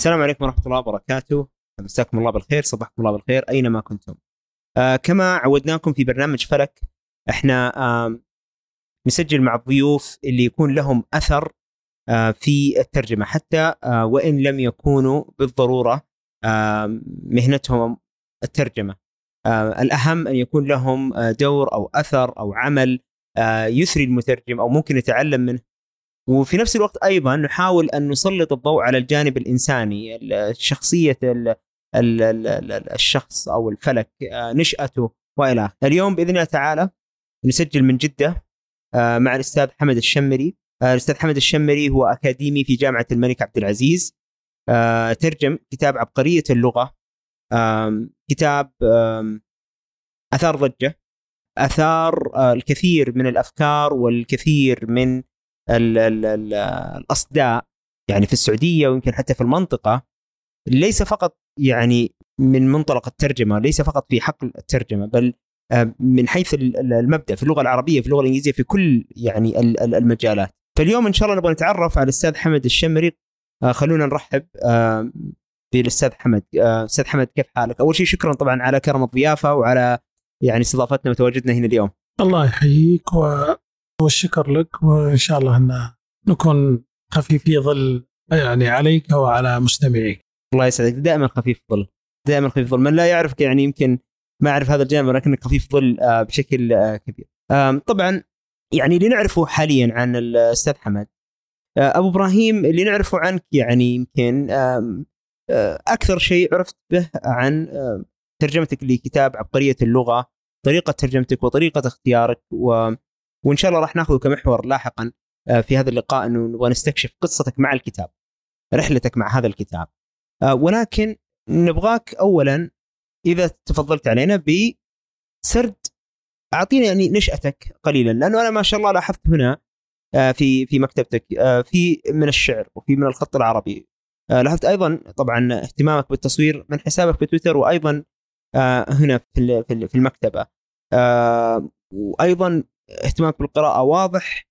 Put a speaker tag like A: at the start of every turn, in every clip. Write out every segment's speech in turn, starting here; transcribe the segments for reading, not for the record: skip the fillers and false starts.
A: السلام عليكم ورحمة الله وبركاته. مساكم الله بالخير، صباحكم الله بالخير أينما كنتم. كما عودناكم في برنامج فلك، احنا نسجل مع الضيوف اللي يكون لهم أثر في الترجمة، حتى وإن لم يكونوا بالضرورة مهنتهم الترجمة. الأهم أن يكون لهم دور أو أثر أو عمل يثري المترجم أو ممكن يتعلم منه. وفي نفس الوقت أيضا نحاول أن نسلط الضوء على الجانب الإنساني، شخصية الشخص أو الفلك، نشأته وإلى آخره. اليوم بإذن الله تعالى نسجل من جدة مع الأستاذ حمد الشمري. الأستاذ حمد الشمري هو أكاديمي في جامعة الملك عبد العزيز، ترجم كتاب عبقرية اللغة، كتاب أثار ضجة، أثار الكثير من الأفكار والكثير من الأصداء يعني في السعودية ويمكن حتى في المنطقة، ليس فقط يعني من منطلق الترجمة، ليس فقط في حقل الترجمة، بل من حيث المبدأ في اللغة العربية، في اللغة الإنجليزية، في كل يعني المجالات. فاليوم إن شاء الله نبغى نتعرف على الأستاذ حمد الشمري. خلونا نرحب بالأستاذ حمد. أستاذ حمد، كيف حالك؟ أول شيء شكرا طبعا على كرم الضيافة وعلى يعني استضافتنا وتواجدنا هنا اليوم.
B: الله يحييك والشكر لك، وإن شاء الله أن نكون خفيفي ظل يعني عليك وعلى مستمعيك.
A: الله يسعدك، دائما خفيف ظل، دائما خفيف ظل. من لا يعرفك يعني يمكن ما أعرف هذا الجانب، ولكنك خفيف ظل بشكل كبير. طبعا يعني اللي نعرفه حاليا عن الأستاذ حمد، أبو إبراهيم، اللي نعرفه عنك يعني يمكن أكثر شيء عرفت به عن ترجمتك لكتاب عبقرية اللغة، طريقة ترجمتك وطريقة اختيارك، وإن شاء الله راح ناخذه كمحور لاحقا في هذا اللقاء، أنه نبغى نستكشف قصتك مع الكتاب، رحلتك مع هذا الكتاب. ولكن نبغاك أولا إذا تفضلت علينا بسرد، أعطينا يعني نشأتك قليلا، لأنه أنا ما شاء الله لاحظت هنا في مكتبتك في من الشعر وفي من الخط العربي. لاحظت أيضا طبعا اهتمامك بالتصوير من حسابك في تويتر، وأيضا هنا في المكتبة، وأيضا اهتمامك بالقراءة واضح،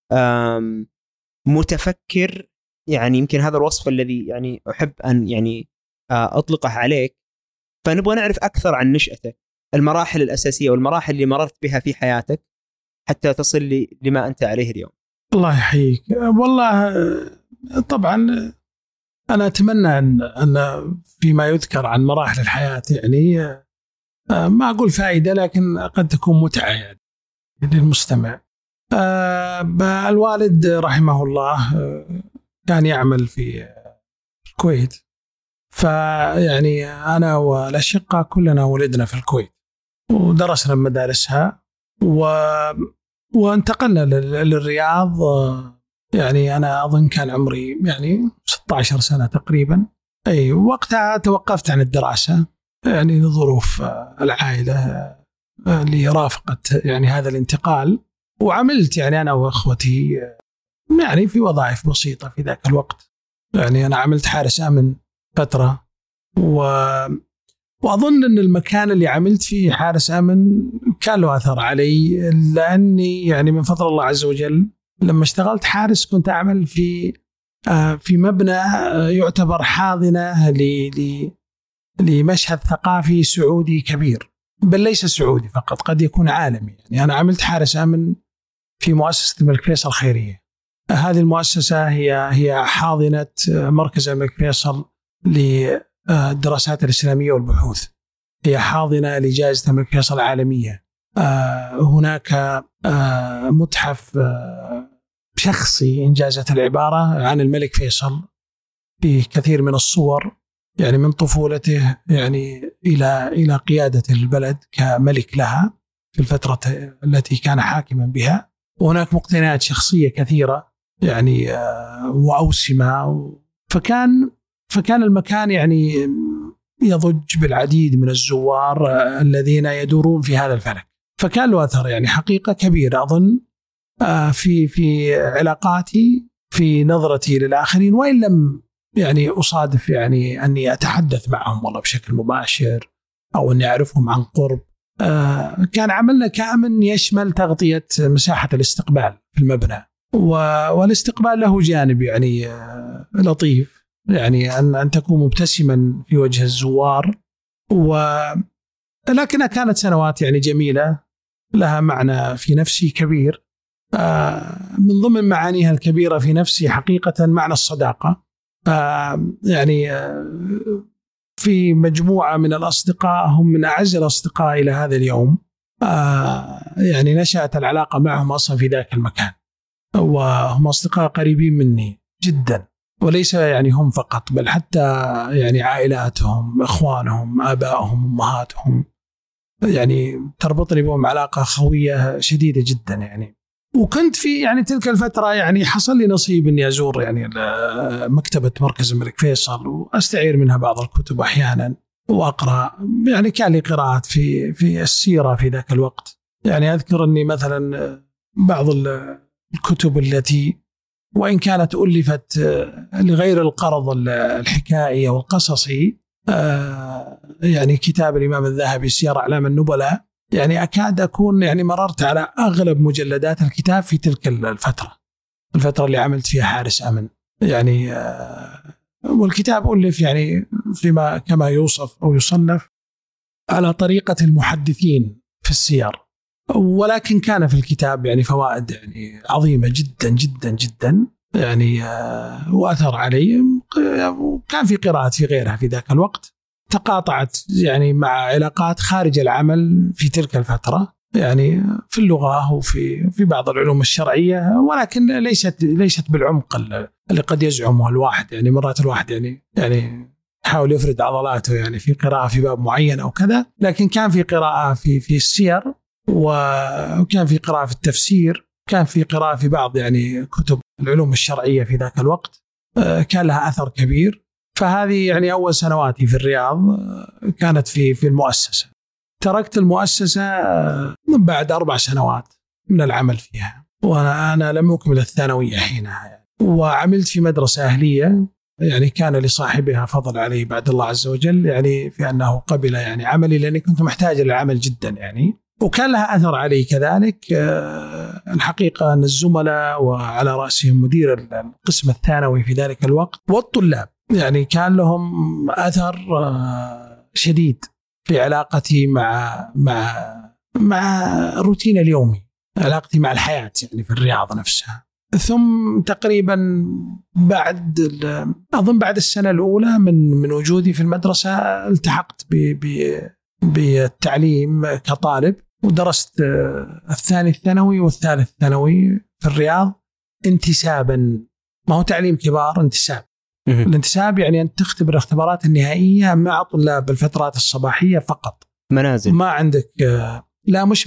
A: متفكر. يعني يمكن هذا الوصف الذي يعني أحب أن يعني أطلقه عليك. فنبغى نعرف أكثر عن نشأتك، المراحل الأساسية والمراحل اللي مررت بها في حياتك حتى تصل لما أنت عليه اليوم.
B: الله يحييك. والله طبعا أنا أتمنى أن فيما يذكر عن مراحل الحياة يعني ما أقول فائدة، لكن قد تكون متعة يعني للمستمع. الوالد رحمه الله كان يعمل في الكويت، فيعني أنا والأشقة كلنا ولدنا في الكويت ودرسنا مدارسها وانتقلنا للرياض. يعني أنا أظن كان عمري يعني 16 سنة تقريبا. أي وقتها توقفت عن الدراسة يعني لظروف العائلة اللي رافقت يعني هذا الانتقال، وعملت يعني أنا وأخوتي يعني في وظائف بسيطة في ذاك الوقت. يعني أنا عملت حارس أمن فترة، وأظن أن المكان اللي عملت فيه حارس أمن كان له أثر علي، لأني يعني من فضل الله عز وجل لما اشتغلت حارس كنت أعمل في مبنى يعتبر حاضنة لمشهد ثقافي سعودي كبير، بل ليس سعودي فقط، قد يكون عالمي. يعني أنا عملت حارس أمن في مؤسسة الملك فيصل الخيرية. هذه المؤسسة هي حاضنة مركز الملك فيصل للدراسات الإسلامية والبحوث، هي حاضنة لجائزة الملك فيصل العالمية. هناك متحف شخصي إن جازت العبارة عن الملك فيصل بكثير من الصور، يعني من طفولته يعني إلى قيادة البلد كملك لها في الفترة التي كان حاكما بها. وهناك مقتنيات شخصية كثيرة يعني وأوسمة، فكان المكان يعني يضج بالعديد من الزوار الذين يدورون في هذا الفلك. فكان له أثر يعني حقيقة كبيرة أظن في علاقاتي، في نظرتي للآخرين، وإن لم يعني أصادف يعني أني أتحدث معهم والله بشكل مباشر أو أني أعرفهم عن قرب. كان عملنا كامن يشمل تغطية مساحة الاستقبال في المبنى، والاستقبال له جانب يعني لطيف، يعني أن تكون مبتسما في وجه الزوار. ولكنها كانت سنوات يعني جميلة، لها معنى في نفسي كبير. من ضمن معانيها الكبيرة في نفسي حقيقة معنى الصداقة. يعني في مجموعة من الأصدقاء هم من أعز الأصدقاء إلى هذا اليوم. يعني نشأت العلاقة معهم أصلا في ذاك المكان، وهم أصدقاء قريبين مني جدا، وليس يعني هم فقط بل حتى يعني عائلاتهم، إخوانهم، آبائهم، أمهاتهم، يعني تربطني بهم علاقة خوية شديدة جدا يعني. وكنت في يعني تلك الفترة يعني حصل لي نصيب إني أزور يعني مكتبة مركز الملك فيصل وأستعير منها بعض الكتب أحيانا وأقرأ. يعني كان لي قراءات في السيرة في ذاك الوقت. يعني أذكر أني مثلا بعض الكتب التي وإن كانت ألفت لغير القرض الحكائي والقصصي، يعني كتاب الإمام الذهبي سير أعلام النبلاء، يعني أكاد أكون يعني مررت على أغلب مجلدات الكتاب في تلك الفترة اللي عملت فيها حارس أمن يعني. والكتاب ألف يعني فيما كما يوصف أو يصنف على طريقة المحدثين في السير، ولكن كان في الكتاب يعني فوائد يعني عظيمة جدا جدا جدا يعني، وأثر علي. وكان في قراءات في غيرها في ذاك الوقت تقاطعت يعني مع علاقات خارج العمل في تلك الفترة، يعني في اللغة وفي بعض العلوم الشرعية، ولكن ليست بالعمق اللي قد يزعمه الواحد. يعني مرات الواحد يعني يحاول يفرد عضلاته يعني في قراءة في باب معين أو كذا، لكن كان في قراءة في السير، وكان في قراءة في التفسير، كان في قراءة في بعض يعني كتب العلوم الشرعية في ذاك الوقت، كان لها أثر كبير. فهذه يعني أول سنواتي في الرياض كانت في المؤسسة. تركت المؤسسة بعد 4 سنوات من العمل فيها، وأنا لم أكمل الثانوية حينها يعني. وعملت في مدرسة أهلية يعني كان لصاحبها فضل علي بعد الله عز وجل يعني في أنه قبل يعني عملي، لأني كنت محتاج للعمل جدا يعني، وكان لها أثر علي كذلك. الحقيقة أن الزملاء وعلى رأسهم مدير القسم الثانوي في ذلك الوقت والطلاب يعني كان لهم أثر شديد في علاقتي مع الروتين اليومي، علاقتي مع الحياة يعني في الرياض نفسها. ثم تقريبا بعد السنة الأولى من وجودي في المدرسة التحقت بالتعليم كطالب، ودرست الثاني الثانوي والثالث الثانوي في الرياض انتسابا. ما هو تعليم كبار، انتساب. الانتساب يعني أن تختبر الاختبارات النهائية مع طلاب الفترات الصباحية فقط.
A: منازل؟
B: ما عندك لا مش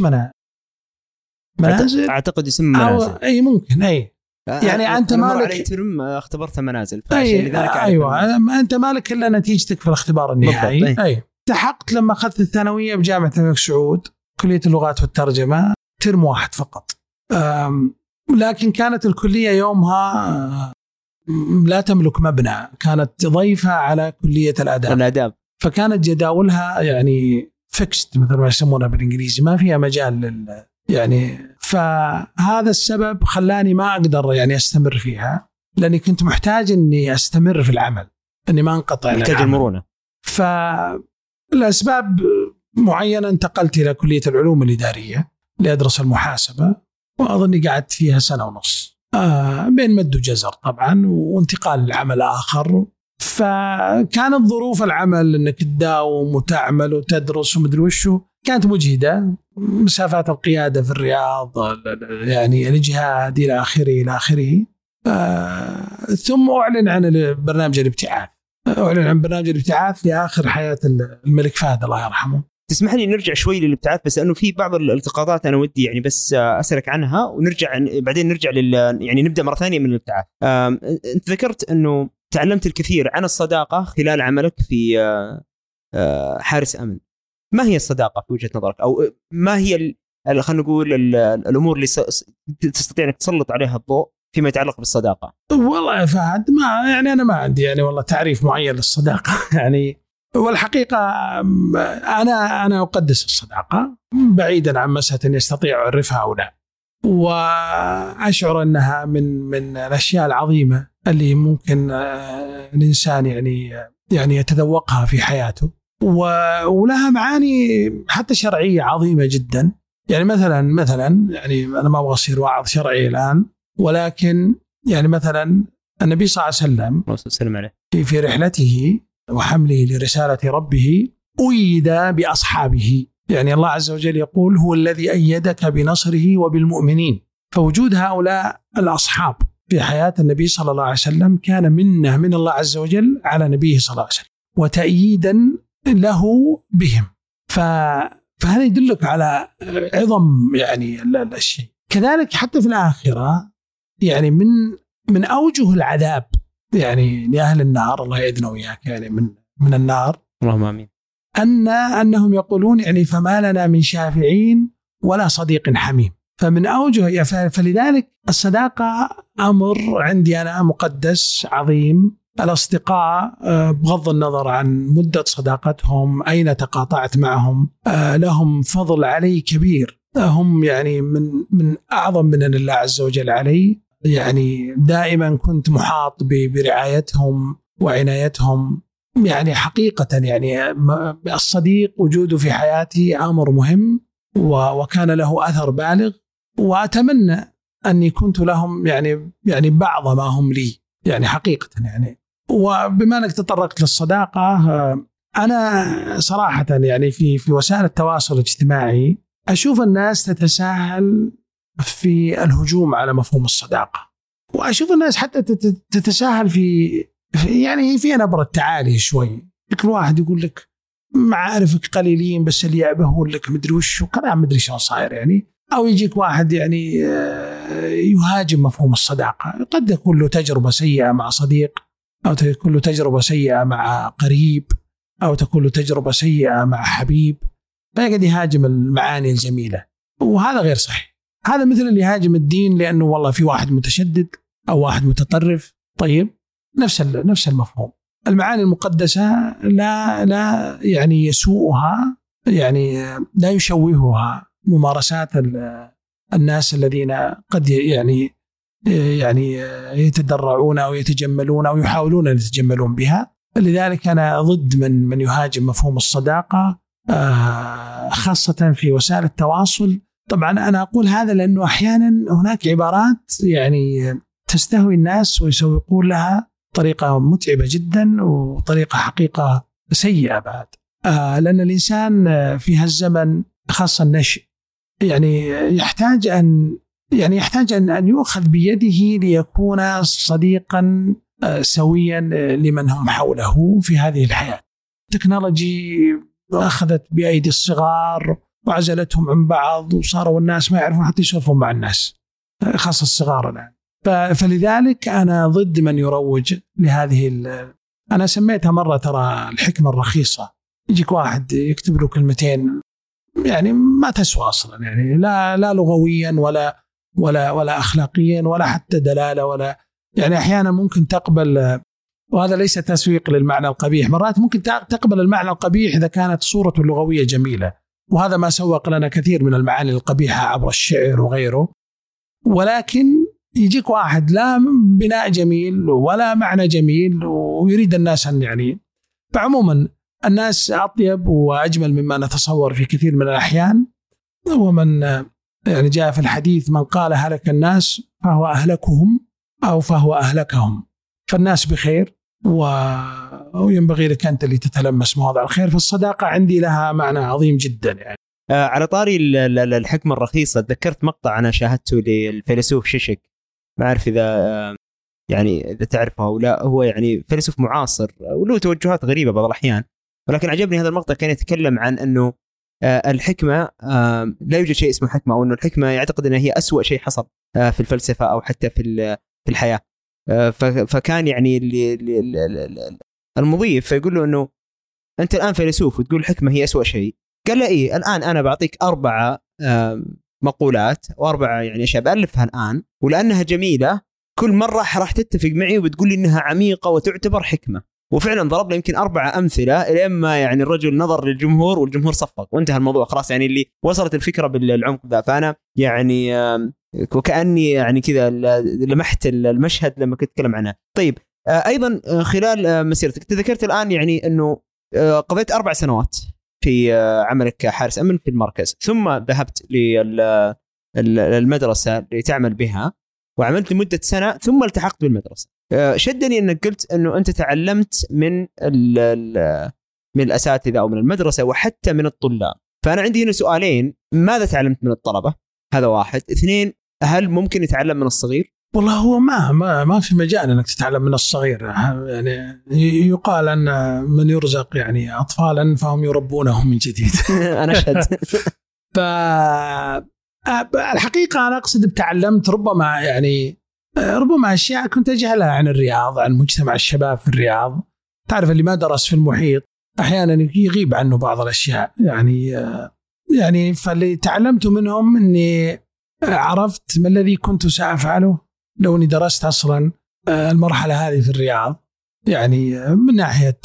B: منازل
A: أعتقد يسمى منازل.
B: أي ممكن أي يعني أنت مالك
A: ترم اختبرت منازل.
B: أيوة أنت مالك إلا نتيجتك في الاختبار النهائي. أي التحقت لما أخذت الثانوية بجامعة الملك سعود كلية اللغات والترجمة ترم واحد فقط. لكن كانت الكلية يومها لا تملك مبنى، كانت ضيفة على كلية الآداب، فكانت جداولها يعني فيكست مثل ما يسمونها بالإنجليزي، ما فيها مجال يعني. فهذا السبب خلاني ما أقدر يعني أستمر فيها، لأني كنت محتاج أني أستمر في العمل، أني ما انقطع،
A: محتاج المرونة.
B: فالأسباب معينة انتقلت إلى كلية العلوم الإدارية لأدرس المحاسبة، وأظني قعدت فيها 1.5 سنة بين مد وجزر طبعا، وانتقال لعمل آخر. فكانت ظروف العمل أنك تداوم وتعمل وتدرس ومدري وشو كانت مجهدة، مسافات القيادة في الرياض يعني الإجهاد إلى آخره. ثم أعلن عن برنامج الابتعاث لآخر حياة الملك فهد الله يرحمه.
A: تسمح لي نرجع شوي للابتعاث، بس أنه في بعض الالتقاطات أنا ودي يعني بس أسألك عنها، بعدين نرجع يعني نبدأ مرة ثانية من الابتعاث. أنت ذكرت أنه تعلمت الكثير عن الصداقة خلال عملك في حارس أمن. ما هي الصداقة في وجهة نظرك، أو ما هي خلينا نقول الأمور اللي تستطيع أنك تسلط عليها الضوء فيما يتعلق بالصداقة؟
B: والله يا فهد أنا ما عندي يعني والله تعريف معين للصداقة يعني. والحقيقة أنا أقدس الصداقة بعيدا عن مسألة أن يستطيع أعرفها أو لا، وأشعر أنها من الأشياء العظيمة اللي ممكن الإنسان يعني يتذوقها في حياته، ولها معاني حتى شرعية عظيمة جدا. يعني مثلا يعني أنا ما أبغى أصير واعظ شرعي الآن، ولكن يعني مثلا النبي صلى الله عليه وسلم في رحلته وحمله لرسالة ربه أيد بأصحابه. يعني الله عز وجل يقول هو الذي أيدك بنصره وبالمؤمنين. فوجود هؤلاء الأصحاب في حياة النبي صلى الله عليه وسلم كان منه من الله عز وجل على نبيه صلى الله عليه وسلم وتأييدا له بهم. فهذا يدلك على عظم يعني الشيء. كذلك حتى في الآخرة يعني من أوجه العذاب يعني لأهل النار، الله يعيذنا وإياك يعني من النار،
A: اللهم آمين،
B: أنهم يقولون يعني فما لنا من شافعين ولا صديق حميم. فمن أوجه فلذلك الصداقة أمر عندي أنا مقدس عظيم. الأصدقاء بغض النظر عن مدة صداقتهم، أين تقاطعت معهم، لهم فضل علي كبير. هم يعني من أعظم من الله عز وجل علي. يعني دائما كنت محاط برعايتهم وعنايتهم. يعني حقيقة يعني الصديق وجوده في حياتي أمر مهم وكان له أثر بالغ، وأتمنى أني كنت لهم يعني بعض ما هم لي يعني حقيقة يعني. وبما أنك تطرقت للصداقة، أنا صراحة يعني في وسائل التواصل الاجتماعي أشوف الناس تتساهل في الهجوم على مفهوم الصداقة، وأشوف الناس حتى تتساهل في نبرة التعالي شوي. كل واحد يقول لك معارفك قليلين بس اللي يعبه لك مدري وش وكلام مدري شو صاير يعني. أو يجيك واحد يعني يهاجم مفهوم الصداقة. قد يكون له تجربة سيئة مع صديق، أو تكون له تجربة سيئة مع قريب، أو تكون له تجربة سيئة مع حبيب، فيقعد يهاجم المعاني الجميلة، وهذا غير صحيح. هذا مثل اللي يهاجم الدين لأنه والله في واحد متشدد أو واحد متطرف. طيب نفس المفهوم. المعاني المقدسة لا يعني يسوءها، يعني لا يشوهها ممارسات الناس الذين قد يعني يتدرعون أو يتجملون أو يحاولون أن يتجملون بها. لذلك أنا ضد من يهاجم مفهوم الصداقة، خاصة في وسائل التواصل. طبعا أنا أقول هذا لأنه أحيانا هناك عبارات يعني تستهوي الناس ويسوقون لها طريقة متعبة جدا وطريقة حقيقة سيئة بعد. لأن الإنسان في هالزمن خاصة النشء يعني يحتاج أن يؤخذ بيده ليكون صديقا سويا لمن هم حوله في هذه الحياة. التكنولوجي أخذت بأيدي الصغار وعزلتهم عن بعض، وصاروا الناس ما يعرفون حتى يسولفون مع الناس، خاصة الصغار الآن. فلذلك أنا ضد من يروج لهذه أنا سميتها مرة ترى الحكمة الرخيصة. يجيك واحد يكتب له كلمتين يعني ما تسوى أصلا، يعني لا لغويا ولا أخلاقيا ولا حتى دلالة، ولا يعني أحيانا ممكن تقبل، وهذا ليس تسويق للمعنى القبيح، مرات ممكن تقبل المعنى القبيح إذا كانت صورته اللغوية جميلة، وهذا ما سوق لنا كثير من المعاني القبيحة عبر الشعر وغيره. ولكن يجيك واحد لا بناء جميل ولا معنى جميل ويريد الناس أن يعني. فعموما الناس أطيب وأجمل مما نتصور في كثير من الأحيان. ومن يعني جاء في الحديث من قال هلك الناس فهو أهلكهم أو فهو أهلكهم. فالناس بخير وينبغي لك أنت اللي تتلمس مواضع الخير. فالصداقة عندي لها معنى عظيم جدا يعني.
A: على طاري الحكمة الرخيصة، تذكرت مقطع أنا شاهدته للفيلسوف شيشك، ما أعرف إذا تعرفه أو لا. هو يعني فيلسوف معاصر وله توجهات غريبة بعض الأحيان، ولكن عجبني هذا المقطع. كان يتكلم عن أنه الحكمة لا يوجد شيء اسمه حكمة، أو أنه الحكمة يعتقد أنها هي أسوأ شيء حصل في الفلسفة أو حتى في الحياة. فكان يعني المضيف فيقول له أنه أنت الآن فيلسوف وتقول الحكمة هي أسوأ شيء. قال له إيه، الآن أنا بعطيك 4 مقولات و4 يعني أشياء بألفها الآن، ولأنها جميلة كل مرة راح تتفق معي وبتقول لي إنها عميقة وتعتبر حكمة. وفعلا ضرب له يمكن 4 أمثلة إلى ما يعني الرجل نظر للجمهور والجمهور صفق وانتهى الموضوع خلاص، يعني اللي وصلت الفكرة بالعمق ذا. فأنا يعني وكأني يعني كذا لمحت المشهد لما كنت أتكلم عنها. طيب أيضا خلال مسيرتك تذكرت الآن يعني أنه قضيت 4 سنوات في عملك كحارس أمن في المركز، ثم ذهبت للمدرسة اللي تعمل بها وعملت لمدة سنة، ثم التحقت بالمدرسة. شدني أنك قلت أنه أنت تعلمت من الأساتذة أو من المدرسة وحتى من الطلاب. فأنا عندي هنا سؤالين: ماذا تعلمت من الطلبة؟ هذا واحد. 2، هل ممكن يتعلم من الصغير؟
B: والله هو ما في مجال انك تتعلم من الصغير. يعني يقال ان من يرزق يعني اطفالا فهم يربونهم من جديد.
A: انا اشهد.
B: الحقيقه انا اقصد بتعلمت ربما اشياء كنت اجهلها عن الرياض، عن مجتمع الشباب في الرياض. تعرف اللي ما درس في المحيط احيانا يغيب عنه بعض الاشياء، يعني فاللي تعلمته منهم اني عرفت ما الذي كنت سأفعله لو اني درست اصلا المرحله هذه في الرياض، يعني من ناحيه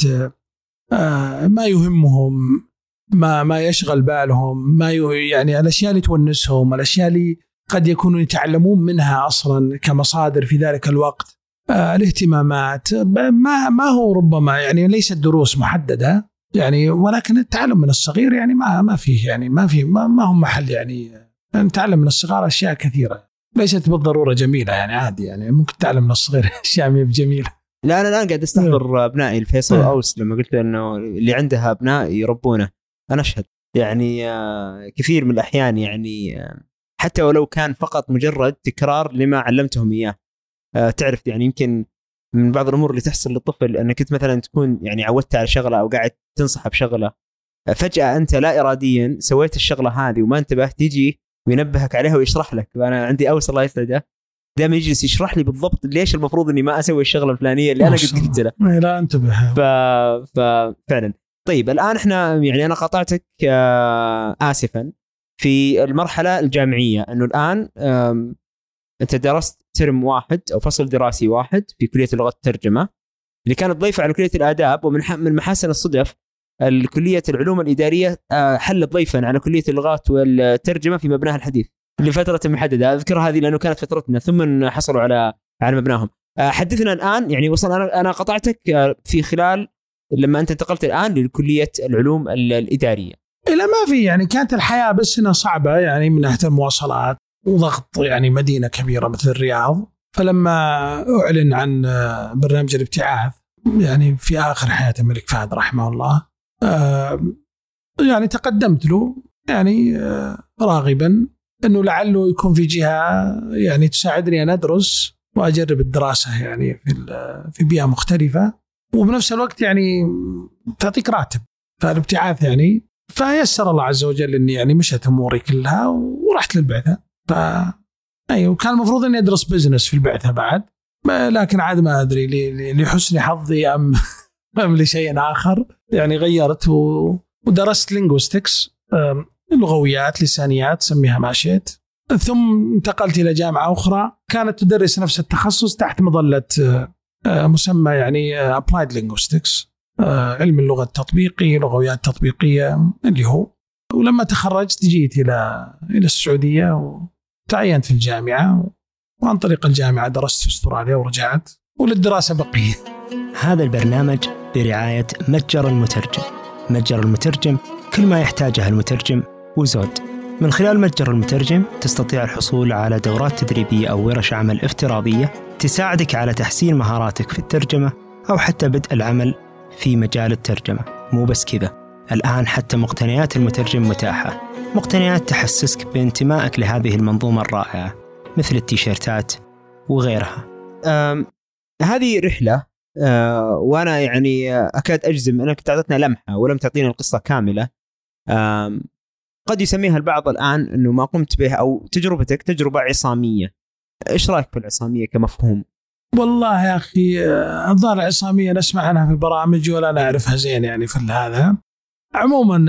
B: ما يهمهم، ما يشغل بالهم، يعني الاشياء اللي تونسهم، الاشياء اللي قد يكونوا يتعلمون منها اصلا كمصادر في ذلك الوقت، الاهتمامات. ما هو ربما يعني ليست دروس محدده يعني، ولكن التعلم من الصغير يعني ما فيه يعني ما هم محل يعني نتعلم من الصغار اشياء كثيره ليست بالضروره جميله، يعني عادي يعني ممكن تتعلم من الصغير اشياء مو جميله.
A: لا انا الان قاعد استحضر ابنائي الفيصل واوس لما قلت انه اللي عندها ابناء يربونه. انا اشهد يعني كثير من الاحيان يعني حتى ولو كان فقط مجرد تكرار لما علمتهم اياه. تعرف يعني يمكن من بعض الامور اللي تحصل للطفل انك كنت مثلا تكون يعني عودت على شغله او قاعد تنصحه بشغله، فجاه انت لا اراديا سويت الشغله هذه وما انتبهت، تيجي وينبهك عليها ويشرح لك. وانا عندي اوس الله يسعده دائما يجلس يشرح لي بالضبط ليش المفروض اني ما اسوي الشغله الفلانيه اللي انا قلت له.
B: لا انتبه.
A: ففعلا. طيب الان احنا يعني انا قاطعتك اسفا في المرحله الجامعيه، انه الان انت درست ترم واحد او فصل دراسي واحد في كليه اللغه الترجمه اللي كانت ضيفه على كليه الاداب، ومن محاسن الصدف الكليه العلوم الاداريه حلت ضيفا على كليه اللغات والترجمه في مبناها الحديث لفتره محدده. اذكر هذه لانه كانت فترتنا، ثم حصلوا على مبناهم. حدثنا الان يعني وصل انا قطعتك في خلال لما انت انتقلت الان لكليه العلوم الاداريه.
B: لا ما في يعني كانت الحياه بس انها صعبه يعني من ناحيه المواصلات وضغط يعني مدينه كبيره مثل الرياض. فلما اعلن عن برنامج الابتعاث يعني في اخر حياه الملك فهد رحمه الله، يعني تقدمت له يعني راغبا انه لعله يكون في جهه يعني تساعدني ان ادرس واجرب الدراسه يعني في بيئه مختلفه، وبنفس الوقت يعني تعطيك راتب. فالابتعاث يعني فيسر الله عز وجل اني يعني مشت اموري كلها ورحت للبعثه. ايوه كان المفروض اني ادرس بزنس في البعثه بعد، لكن عاد ما ادري لحسن حظي ام لشيء اخر يعني غيرت ودرست لينغويستكس، لغويات لسانيات سميها ما شئت. ثم انتقلت الى جامعه اخرى كانت تدرس نفس التخصص تحت مظله مسمى يعني Applied Linguistics، علم اللغة التطبيقي، لغويات تطبيقية اللي هو. ولما تخرجت جيت إلى السعودية وتعينت في الجامعة، وعن طريق الجامعة درست في أستراليا ورجعت، وللدراسة بقية.
C: هذا البرنامج برعاية متجر المترجم. متجر المترجم كل ما يحتاجه المترجم وزود. من خلال متجر المترجم تستطيع الحصول على دورات تدريبية أو ورش عمل افتراضية تساعدك على تحسين مهاراتك في الترجمة أو حتى بدء العمل في مجال الترجمة. مو بس كذا، الآن حتى مقتنيات المترجم متاحة، مقتنيات تحسسك بانتمائك لهذه المنظومة الرائعة مثل التيشيرتات وغيرها.
A: هذه رحلة وأنا يعني أكاد أجزم أنك تعطينا لمحة ولم تعطينا القصة كاملة. قد يسميها البعض الآن أنه ما قمت به أو تجربتك تجربة عصامية. إيش رأيك في العصامية كمفهوم؟
B: والله يا أخي الظاهر العصامية نسمع عنها في البرامج ولا نعرفها زين يعني في هذا. عموما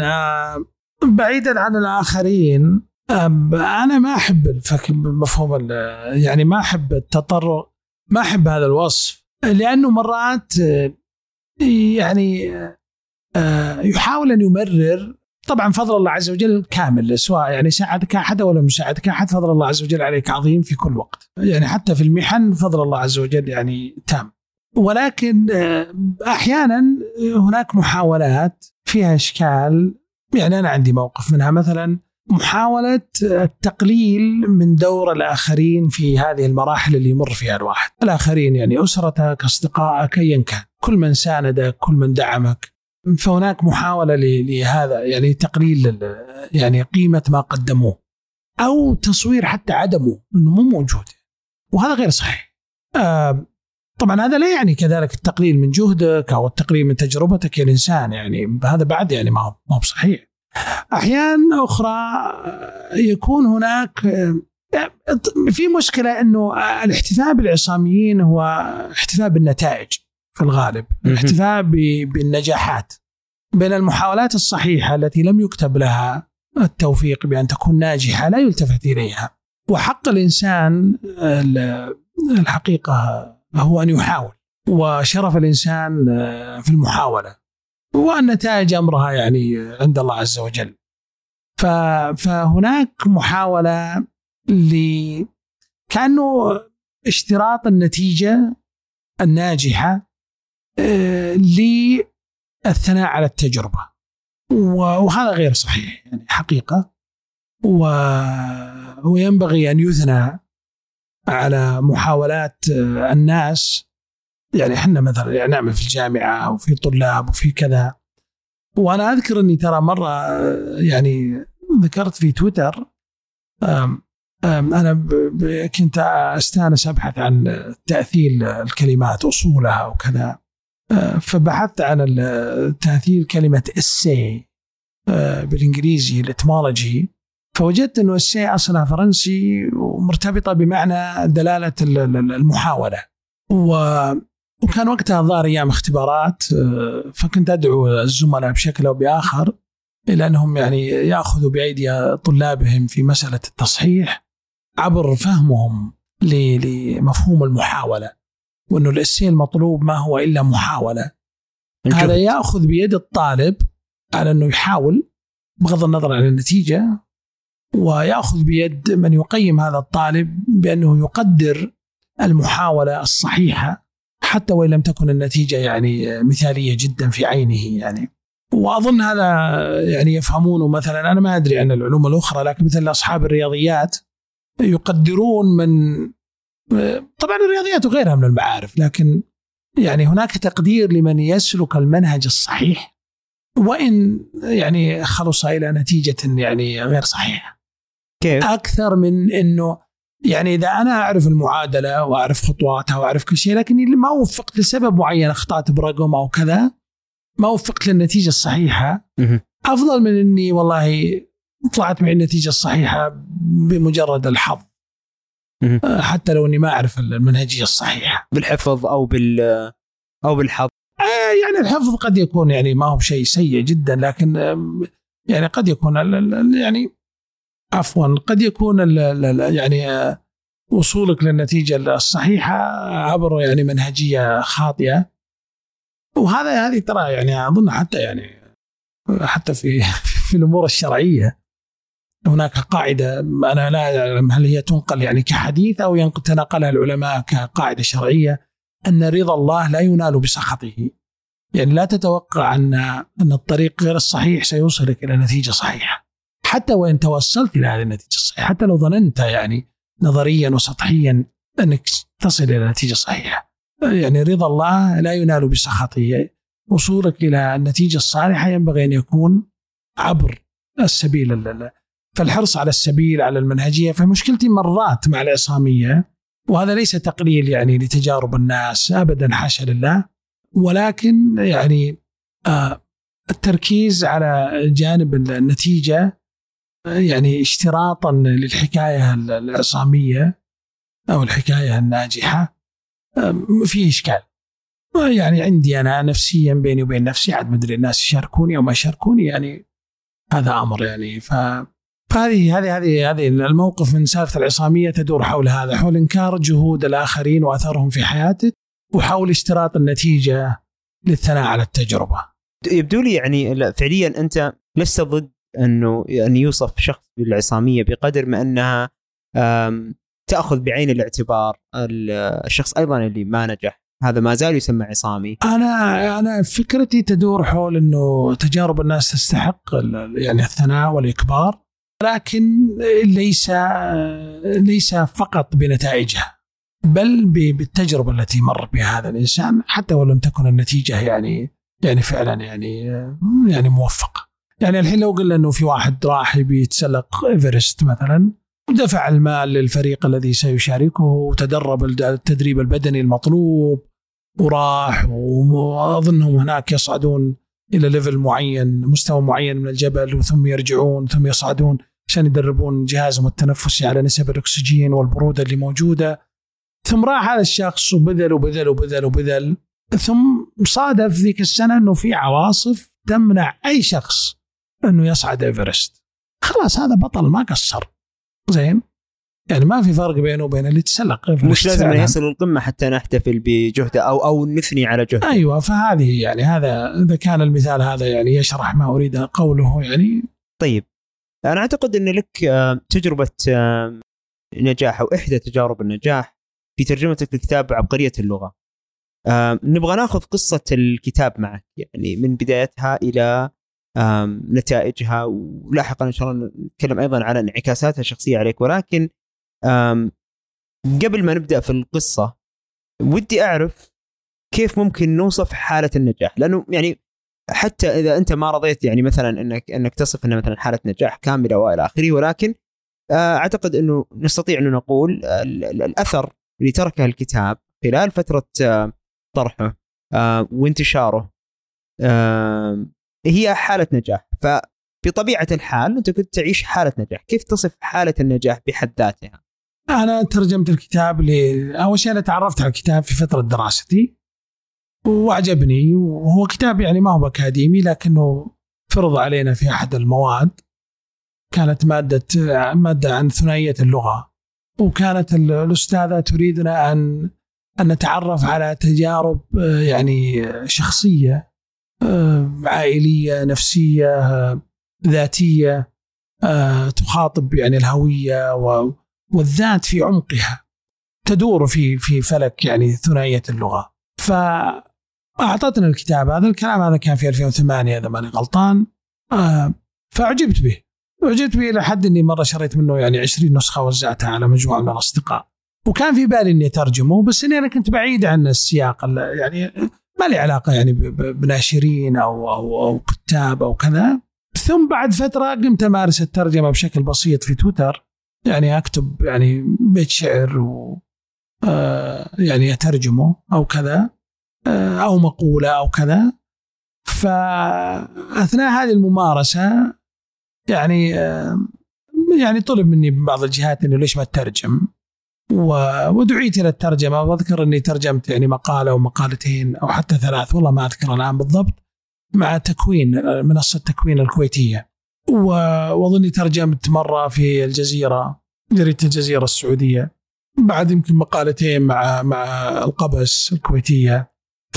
B: بعيدا عن الآخرين أنا ما أحب مفهوم يعني ما أحب التطرق، ما أحب هذا الوصف، لأنه مرات يعني يحاول أن يمرر طبعا فضل الله عز وجل كامل، سواء يعني ساعدك أحد ولا مساعدك أحد، فضل الله عز وجل عليك عظيم في كل وقت، يعني حتى في المحن فضل الله عز وجل يعني تام. ولكن أحيانا هناك محاولات فيها إشكال، يعني أنا عندي موقف منها، مثلا محاولة التقليل من دور الآخرين في هذه المراحل اللي يمر فيها الواحد. الآخرين يعني أسرتك، أصدقائك، أيا كان، كل من ساندك، كل من دعمك، فهناك محاولة لهذا، يعني تقليل يعني قيمة ما قدموه، أو تصوير حتى عدمه أنه مو موجود، وهذا غير صحيح. طبعا هذا لا يعني كذلك التقليل من جهدك أو التقليل من تجربتك كإنسان، يعني هذا بعد يعني ما هو بصحيح. أحيان أخرى يكون هناك في مشكلة أنه الاحتفاء بالعصاميين هو احتفاء بالنتائج في الغالب، الاحتفاء بالنجاحات، بين المحاولات الصحيحة التي لم يكتب لها التوفيق بأن تكون ناجحة لا يلتفت إليها. وحق الإنسان الحقيقة هو أن يحاول، وشرف الإنسان في المحاولة، والنتائج أمرها يعني عند الله عز وجل. فهناك محاولة كأنه اشتراط النتيجة الناجحة للثناء على التجربة، وهذا غير صحيح يعني حقيقة. وينبغي أن يثنى على محاولات الناس، يعني احنا مثلا يعني نعمل في الجامعة وفي طلاب وفي كذا. وأنا أذكر أني ترى مرة يعني ذكرت في تويتر، أنا كنت أستانس أبحث عن تأثيل الكلمات أصولها وكذا، فبحثت عن تأثيل كلمة essay بالإنجليزي الإتمولوجي، فوجدت أنه essay أصلها فرنسي ومرتبطة بمعنى دلالة المحاولة. وكان وقتها ظهر أيام اختبارات، فكنت أدعو الزملاء بشكل أو بآخر إلى أنهم يعني يأخذوا بأيدي طلابهم في مسألة التصحيح عبر فهمهم لمفهوم المحاولة، وأنه الإسي المطلوب ما هو إلا محاولة. هذا يأخذ بيد الطالب على أنه يحاول بغض النظر عن النتيجة، ويأخذ بيد من يقيم هذا الطالب بأنه يقدر المحاولة الصحيحة حتى وإن لم تكن النتيجة يعني مثالية جدا في عينه يعني. وأظن هذا يعني يفهمونه، مثلا أنا ما أدري عن العلوم الأخرى، لكن مثل أصحاب الرياضيات يقدرون من، طبعا الرياضيات وغيرها من المعارف، لكن يعني هناك تقدير لمن يسلك المنهج الصحيح وإن يعني خلص إلى نتيجة يعني غير صحيحة.
A: كيف؟
B: أكثر من أنه يعني إذا أنا أعرف المعادلة وأعرف خطواتها وأعرف كل شيء، لكني ما وفقت لسبب معين، أخطأت برقم أو كذا، ما وفقت للنتيجة الصحيحة، أفضل من أني والله طلعت معي النتيجة الصحيحة بمجرد الحظ، حتى لو أني ما أعرف المنهجية الصحيحة
A: بالحفظ أو بالحظ.
B: يعني الحفظ قد يكون يعني ما هو شيء سيء جدا، لكن يعني قد يكون يعني عفوا قد يكون يعني وصولك للنتيجة الصحيحة عبر يعني منهجية خاطئة. وهذه ترى يعني أظن حتى في الأمور الشرعية هناك قاعدة، أنا لا أعلم هل هي تنقل يعني كحديث أو تنقلها العلماء كقاعدة شرعية، أن رضا الله لا ينال بسخطه. يعني لا تتوقع أن الطريق غير الصحيح سيوصلك إلى نتيجة صحيحة، حتى وإن توصلت إلى هذه النتيجة الصحيحة، حتى لو ظننت يعني نظريا وسطحيا أنك تصل إلى نتيجة صحيحة. يعني رضا الله لا ينال بسخطه. وصولك إلى النتيجة الصالحة ينبغي أن يكون عبر السبيل، فالحرص على السبيل على المنهجية. فمشكلتي مرات مع العصامية، وهذا ليس تقليل يعني لتجارب الناس أبدا، حاشا لله، ولكن يعني التركيز على جانب النتيجة يعني اشتراطا للحكاية العصامية أو الحكاية الناجحة فيه إشكال. يعني عندي أنا نفسيا بيني وبين نفسي عاد مدري الناس يشاركوني أو ما يشاركوني، يعني هذا أمر يعني. هذه الموقف من سالفة العصامية تدور حول هذا، حول إنكار جهود الآخرين وأثرهم في حياتك، وحول اشتراط النتيجة للثناء على التجربة.
A: يبدو لي يعني فعليا أنت لست ضد أنه أن يوصف شخص بالعصامية بقدر ما أنها تأخذ بعين الاعتبار الشخص أيضا اللي ما نجح، هذا ما زال يسمى عصامي.
B: أنا فكرتي تدور حول أنه تجارب الناس تستحق يعني الثناء والإكبار، لكن ليس فقط بنتائجها بل بالتجربة التي مر بها هذا الإنسان، حتى ولم تكن النتيجة يعني فعلا يعني موفقة. يعني الحين لو قلنا أنه في واحد راح بيتسلق إيفرست مثلا، ودفع المال للفريق الذي سيشاركه وتدرب التدريب البدني المطلوب وراح، وأظنهم هناك يصعدون إلى ليفل معين، مستوى معين من الجبل، وثم يرجعون ثم يصعدون عشان يدربون جهازهم التنفسي على نسب الأكسجين والبرودة اللي موجودة. ثم راح هذا الشخص وبذل وبذل وبذل وبذل، ثم صادف ذيك السنة أنه في عواصف تمنع أي شخص أنه يصعد إيفرست. خلاص هذا بطل ما قصر، زين، يعني ما في فرق بينه وبين اللي تسلق إيفرست.
A: مش لازم يصل القمة حتى نحتفل بجهده أو نثني على جهده.
B: أيوة، فهذه يعني إذا كان المثال هذا يعني يشرح ما أريد قوله يعني.
A: طيب أنا أعتقد أن لك تجربة نجاح أو إحدى تجارب النجاح في ترجمتك لكتاب عبقرية اللغة. نبغى ناخذ قصة الكتاب معك، يعني من بدايتها إلى نتائجها، ولاحقا إن شاء الله نتكلم أيضا على انعكاساتها الشخصية عليك. ولكن قبل ما نبدأ في القصة ودي أعرف كيف ممكن نوصف حالة النجاح، لأنه يعني حتى إذا أنت ما رضيت يعني مثلا أنك تصف أنها مثلا حالة نجاح كاملة وإلى آخره، ولكن أعتقد أنه نستطيع أن نقول الأثر اللي تركه الكتاب خلال فترة طرحه وانتشاره هي حالة نجاح. فبطبيعة الحال أنت كنت تعيش حالة نجاح، كيف تصف حالة النجاح بحد ذاتها؟
B: أنا ترجمت الكتاب أول شيء أنا تعرفت على الكتاب في فترة دراستي وأعجبني، وهو كتاب يعني ما هو أكاديمي لكنه فرض علينا في أحد المواد، كانت مادة عن ثنائية اللغة، وكانت الأستاذة تريدنا أن نتعرف على تجارب يعني شخصية، عائلية، نفسية، ذاتية، تخاطب يعني الهوية والذات في عمقها، تدور في فلك يعني ثنائية اللغة. فأعطتنا الكتاب هذا، الكلام هذا كان في 2008 إذا ماني غلطان. فأعجبت به إلى حد أني مرة شريت منه يعني 20 نسخة وزعتها على مجموعة من الأصدقاء، وكان في بالي أني أترجمه، بس أني أنا كنت بعيد عن السياق، يعني ما لي علاقة يعني بناشرين أو كتاب أو كذا. ثم بعد فترة قمت أمارس الترجمة بشكل بسيط في تويتر، يعني أكتب يعني بيت شعر يعني أترجمه أو كذا، أو مقولة أو كذا. فأثناء هذه الممارسة يعني طلب مني من بعض الجهات إنه ليش ما تترجم، ودعيت إلى الترجمة. وأذكر أني ترجمت يعني مقالة ومقالتين أو حتى 3، والله ما أذكر الآن بالضبط، مع تكوين منصة تكوين الكويتية. وأظني ترجمت مرة في الجزيرة، جريدة الجزيرة السعودية، بعد يمكن مقالتين مع القبس الكويتية.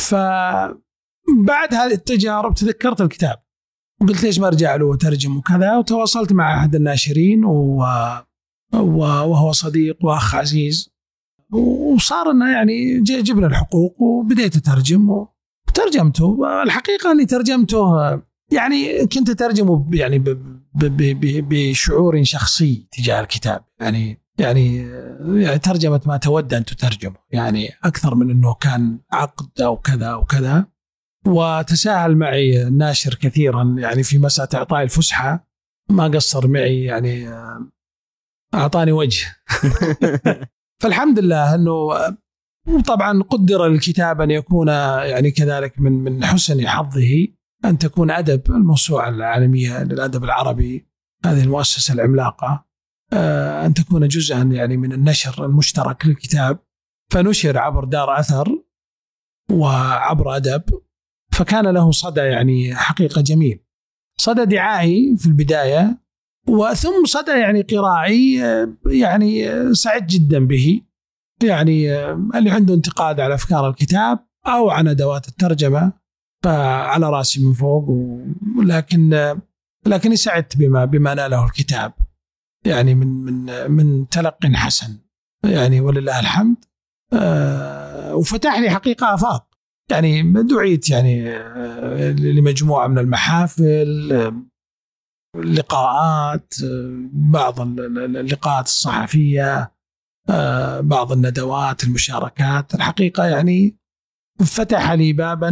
B: فبعد هذه التجارب تذكرت الكتاب وقلت ليش ما أرجع له وترجم وكذا، وتواصلت مع أحد الناشرين وهو صديق وأخ عزيز، وصار إنه يعني جبنا الحقوق وبديت أترجم وترجمته. الحقيقة أني ترجمته يعني كنت أترجمه يعني بشعور شخصي تجاه الكتاب، يعني ترجمة ما تود أن تترجمه، يعني أكثر من أنه كان عقد أو كذا أو كذا. وتساهل معي الناشر كثيرا يعني في مسألة إعطاء الفسحة، ما قصر معي، يعني أعطاني وجه. فالحمد لله أنه طبعا قدر الكتاب أن يكون يعني كذلك من حسن حظه أن تكون أدب الموسوعة العالمية للأدب العربي، هذه المؤسسة العملاقة، أن تكون جزءا يعني من النشر المشترك للكتاب، فنشر عبر دار أثر وعبر أدب، فكان له صدى يعني حقيقة جميل، صدى دعائي في البداية، وثم صدى يعني قراءي، يعني سعيد جدا به. يعني اللي عنده انتقاد على أفكار الكتاب أو عن أدوات الترجمة فعلى رأسي من فوق، لكن لكني سعدت بما ناله الكتاب يعني من تلقي حسن يعني ولله الحمد. وفتح لي حقيقة آفاق. يعني دعيت يعني لمجموعة من المحافل، لقاءات، بعض اللقاءات الصحفية، بعض الندوات، المشاركات. الحقيقة يعني فتح لي بابا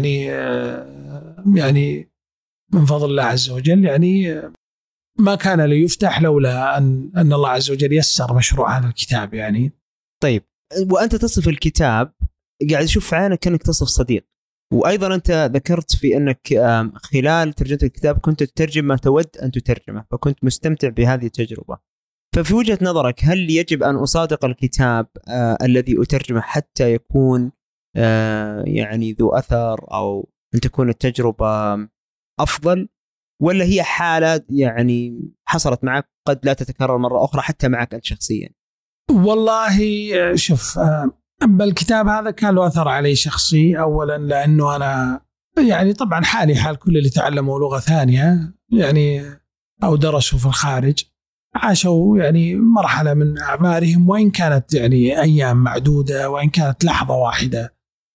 B: يعني من فضل الله عز وجل، يعني ما كان ليفتح لولا أن الله عز وجل يسر مشروع هذا الكتاب يعني.
A: طيب، وأنت تصف الكتاب قاعد أشوف عينك كأنك تصف صديق، وأيضا أنت ذكرت في أنك خلال ترجمة الكتاب كنت تترجم ما تود أن تترجمه، فكنت مستمتع بهذه التجربة. ففي وجهة نظرك هل يجب أن أصادق الكتاب الذي أترجمه حتى يكون يعني ذو أثر، أو أن تكون التجربة أفضل، ولا هي حالة يعني حصلت معك قد لا تتكرر مرة أخرى حتى معك أنت شخصيا؟
B: والله شوف، الكتاب هذا كان له أثر علي شخصي. أولا لأنه أنا يعني طبعا حالي حال كل اللي تعلموا لغة ثانية يعني أو درسوا في الخارج، عاشوا يعني مرحلة من أعمارهم، وإن كانت يعني أيام معدودة، وإن كانت لحظة واحدة،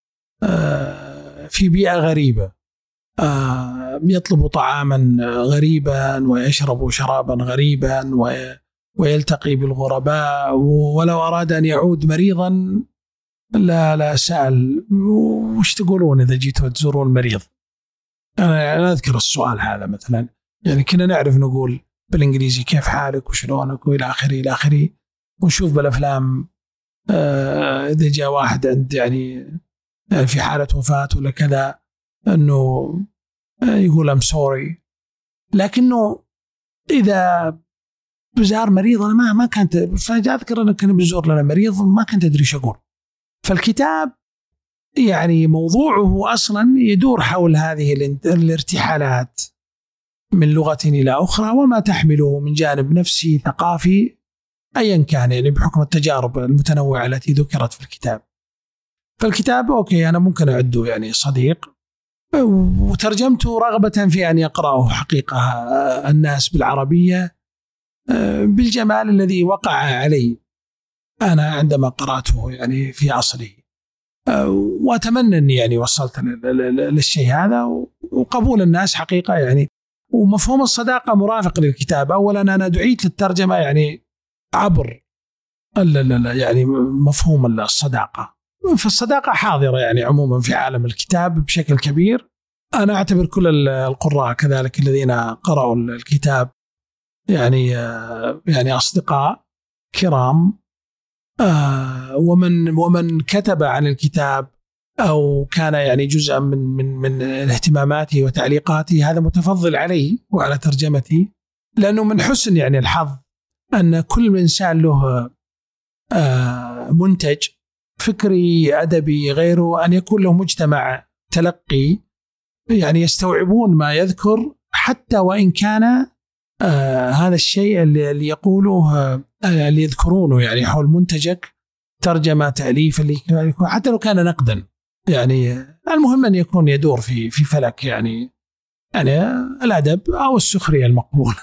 B: في بيئة غريبة، يطلب طعاما غريبا ويشرب شرابا غريبا ويلتقي بالغرباء، ولو أراد أن يعود مريضا لا سأل وش تقولون إذا جيتوا تزورون المريض. أنا أذكر السؤال هذا مثلا، يعني كنا نعرف نقول بالإنجليزي كيف حالك وشلونك وإلى آخره إلى آخره. ونشوف بالأفلام إذا جاء واحد عند يعني في حالة وفاة ولا كذا أنه يقول I'm sorry. لكنه إذا بزار مريض أنا ما كنت، فأذكر أنه كان بزور لنا مريض ما كنت أدري شو أقول. فالكتاب يعني موضوعه أصلا يدور حول هذه الارتحالات من لغة إلى أخرى، وما تحمله من جانب نفسي ثقافي أيا كان، يعني بحكم التجارب المتنوعة التي ذكرت في الكتاب. فالكتاب أوكي أنا ممكن أعده يعني صديق، وترجمته رغبة في أن يقرأه حقيقة الناس بالعربية بالجمال الذي وقع علي أنا عندما قرأته يعني في عصره. وأتمنى أني يعني وصلت للشيء هذا وقبول الناس حقيقة يعني. ومفهوم الصداقة مرافق للكتاب. أولا أنا دعيت للترجمة يعني عبر يعني مفهوم الصداقة، فالصداقة حاضرة يعني عموما في عالم الكتاب بشكل كبير. أنا أعتبر كل القراء كذلك الذين قرأوا الكتاب يعني أصدقاء كرام. ومن كتب عن الكتاب أو كان يعني جزءا من اهتماماته وتعليقاته، هذا متفضل علي وعلى ترجمتي، لأنه من حسن يعني الحظ أن كل إنسان له منتج فكري أدبي غيره، أن يكون له مجتمع تلقي يعني يستوعبون ما يذكر، حتى وإن كان هذا الشيء اللي يقوله اللي يذكرونه يعني حول منتجك ترجمة تأليف اللي يكون حتى لو كان نقدا، يعني المهم أن يكون يدور في فلك يعني الأدب أو السخرية المقبول.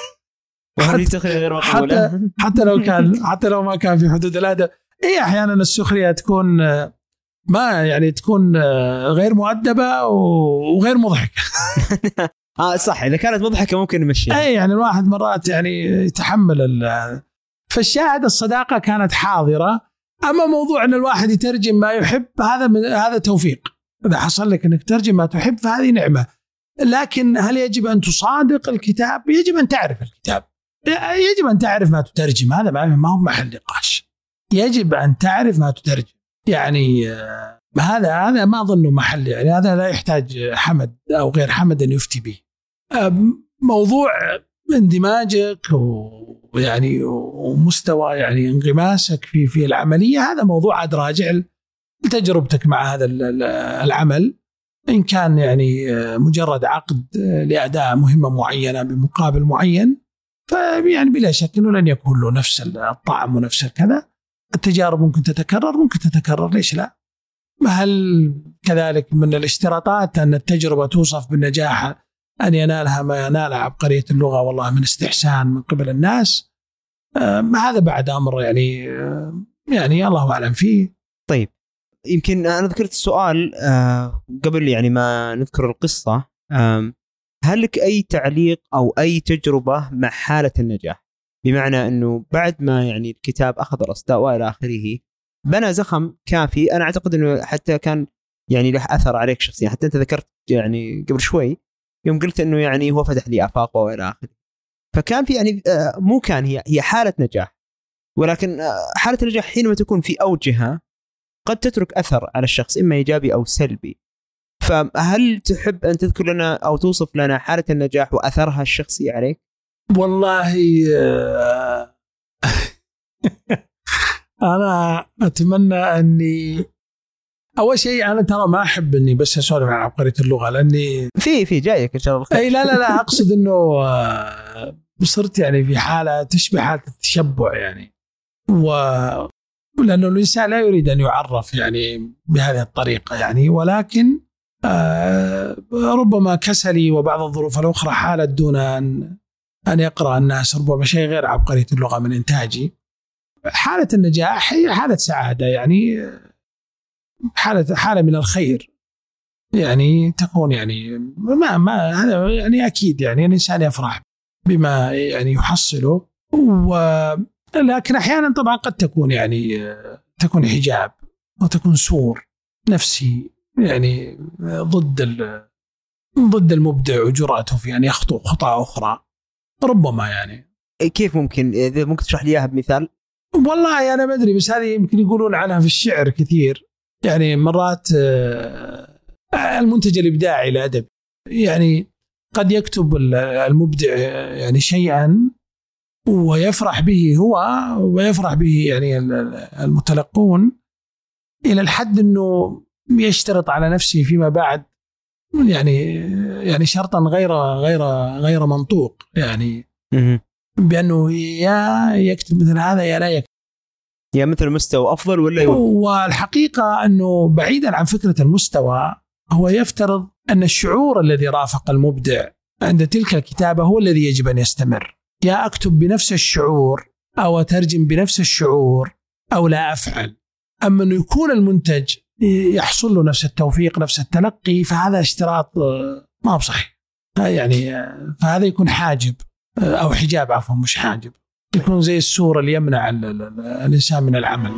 B: حتى لو ما كان في حدود الأدب. أحيانا السخرية تكون ما يعني تكون غير مؤدبة وغير مضحكة.
A: صح، إذا كانت مضحكة ممكن نمشيها.
B: يعني الواحد مرات يعني يتحمل فالشاهد الصداقة كانت حاضرة. أما موضوع أن الواحد يترجم ما يحب، هذا توفيق. إذا حصل لك أنك ترجم ما تحب فهذه نعمة. لكن هل يجب أن تصادق الكتاب؟ يجب أن تعرف الكتاب، يجب أن تعرف ما تترجم. هذا ما هو محل نقاش. يجب أن تعرف ما تترجم يعني. هذا ما أظنه محل يعني. هذا لا يحتاج حمد أو غير حمد أن يفتي به. موضوع اندماجك ويعني ومستوى يعني انغماسك في العملية، هذا موضوع عاد راجع لتجربتك مع هذا العمل. إن كان يعني مجرد عقد لأداء مهمة معينة بمقابل معين، فيعني بلا شك أنه لن يكون له نفس الطعم ونفس الكذا. التجارب ممكن تتكرر، ليش لا؟ هل كذلك من الاشتراطات أن التجربة توصف بالنجاح أن ينالها ما ينالها عبقرية اللغة والله من استحسان من قبل الناس، هذا بعد أمر يعني الله أعلم فيه.
A: طيب يمكن أنا ذكرت السؤال قبل يعني ما نذكر القصة، هل لك أي تعليق أو أي تجربة مع حالة النجاح؟ بمعنى أنه بعد ما يعني الكتاب أخذ الأصداء وإلى آخره بنى زخم كافي، أنا أعتقد أنه حتى كان يعني له أثر عليك شخصيا، حتى أنت ذكرت يعني قبل شوي يوم قلت أنه يعني هو فتح لي آفاق وإلى آخره، فكان في يعني مو كان هي حالة نجاح، ولكن حالة النجاح حينما تكون في أوجها قد تترك أثر على الشخص إما إيجابي أو سلبي. فهل تحب أن تذكر لنا أو توصف لنا حالة النجاح وأثرها الشخصي عليك؟
B: والله أنا أتمنى أني أول شيء أنا ترى ما أحب إني بس أسولف عن عبقرية اللغة، لأني
A: في جايك إن شاء الله.
B: أي لا أقصد إنه صرت يعني في حالة تشبه حالة التشبع يعني، ولأنه الإنسان لا يريد أن يعرف يعني بهذه الطريقة يعني، ولكن ربما كسلي وبعض الظروف الأخرى حالت دون أن يقرأ الناس ربما شيء غير عبقرية اللغة من إنتاجي. حالة النجاح هي حالة سعادة يعني، حالة من الخير يعني تكون يعني ما هذا يعني أكيد يعني الإنسان يفرح بما يعني يحصله، لكن أحيانا طبعا قد تكون يعني تكون حجاب وتكون سور نفسي يعني ضد المبدع وجرأته في أن يخطو خطأ أخرى ربما يعني.
A: كيف ممكن إذا ممكن تشرح لي إياها بمثال؟
B: والله أنا ما أدري، بس هذه يمكن يقولون عنها في الشعر كثير يعني، مرات المنتج الإبداعي للأدب يعني قد يكتب المبدع يعني شيئا ويفرح به هو ويفرح به يعني المتلقون إلى الحد أنه يشترط على نفسه فيما بعد يعني شرطا غير منطوق يعني بأنه يا يكتب مثل هذا يا لا يكتب،
A: يا مثل مستوى أفضل ولا
B: والحقيقة أنه بعيدا عن فكرة المستوى هو يفترض أن الشعور الذي رافق المبدع عند تلك الكتابة هو الذي يجب أن يستمر، يا أكتب بنفس الشعور أو أترجم بنفس الشعور أو لا أفعل. أما أنه يكون المنتج يحصل له نفس التوفيق نفس التلقي فهذا اشتراط ما بصحيح يعني، فهذا يكون حاجب أو حجاب عفوا مش حاجب، يكون زي السور اللي يمنع الإنسان من العمل.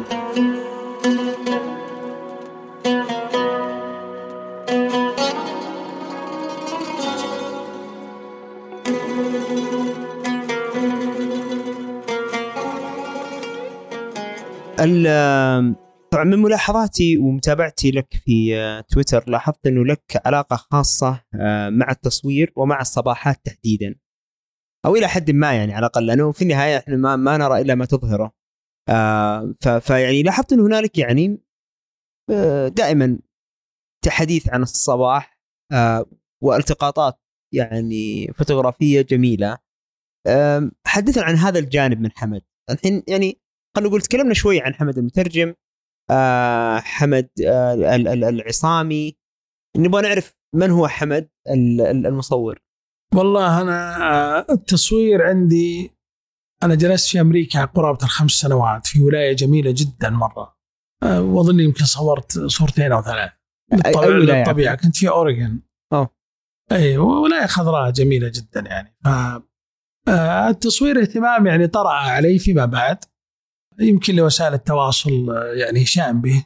A: طبعا من ملاحظاتي ومتابعتي لك في تويتر لاحظت أنه لك علاقة خاصة مع التصوير ومع الصباحات تحديدا، أو إلى حد ما يعني على الأقل، لأنه في النهاية إحنا ما نرى إلا ما تظهره. فيعني لاحظت أنه هنالك يعني دائما تحديث عن الصباح والتقاطات يعني فوتوغرافية جميلة. حدثنا عن هذا الجانب من حمد الحين، يعني خلينا نقول تكلمنا شوي عن حمد المترجم، حمد العصامي، نبغى نعرف من هو حمد المصور.
B: والله أنا التصوير عندي أنا جلست في أمريكا قرابة 5 سنوات في ولاية جميلة جدا مرة، وأظن يمكن صورت صورتين أو 3 للطبيعة. كنت في أوريغون. أي ولاية خضراء جميلة جدا يعني. التصوير اهتمام يعني طرأ علي فيما بعد، يمكن لوسائل التواصل يعني شأن به،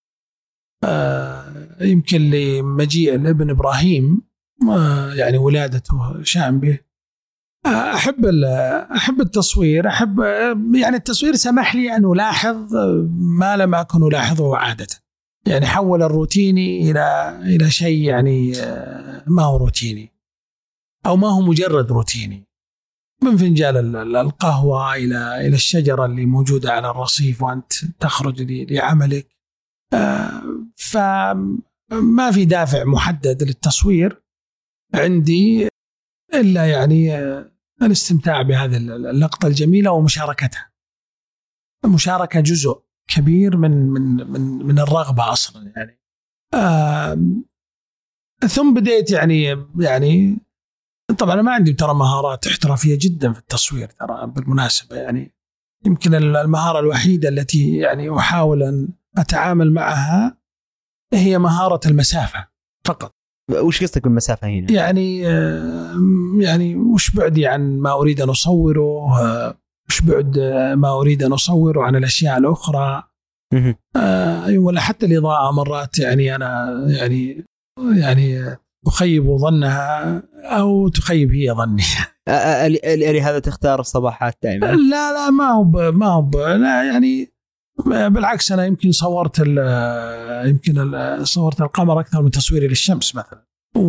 B: يمكن لمجيء الابن إبراهيم يعني ولادته شأن به. أحب التصوير، أحب يعني التصوير سمح لي أن ألاحظ ما لم أكن ألاحظه عادة، يعني حول الروتيني إلى شيء يعني ما هو روتيني أو ما هو مجرد روتيني، من فنجان القهوة إلى الشجرة اللي موجودة على الرصيف وأنت تخرج لعملك. فما في دافع محدد للتصوير عندي إلا يعني الاستمتاع بهذه اللقطة الجميلة ومشاركتها. المشاركة جزء كبير من الرغبة أصلا يعني. ثم بديت يعني طبعا أنا ما عندي ترى مهارات احترافية جدا في التصوير ترى بالمناسبة، يعني يمكن المهارة الوحيدة التي يعني أحاول أن أتعامل معها هي مهارة المسافة فقط.
A: وش قصدك بالمسافة هنا؟
B: يعني وش بعدي عن ما أريد أن أصوره، وش بعد ما أريد أن أصوره عن الأشياء الأخرى. ولا حتى الإضاءة مرات يعني أنا يعني أخيب ظنها أو تخيب هي ظني.
A: لهذا تختار الصباحات دائما؟
B: لا ما هو لا يعني بالعكس، أنا يمكن صورت القمر أكثر من تصويري للشمس مثلا.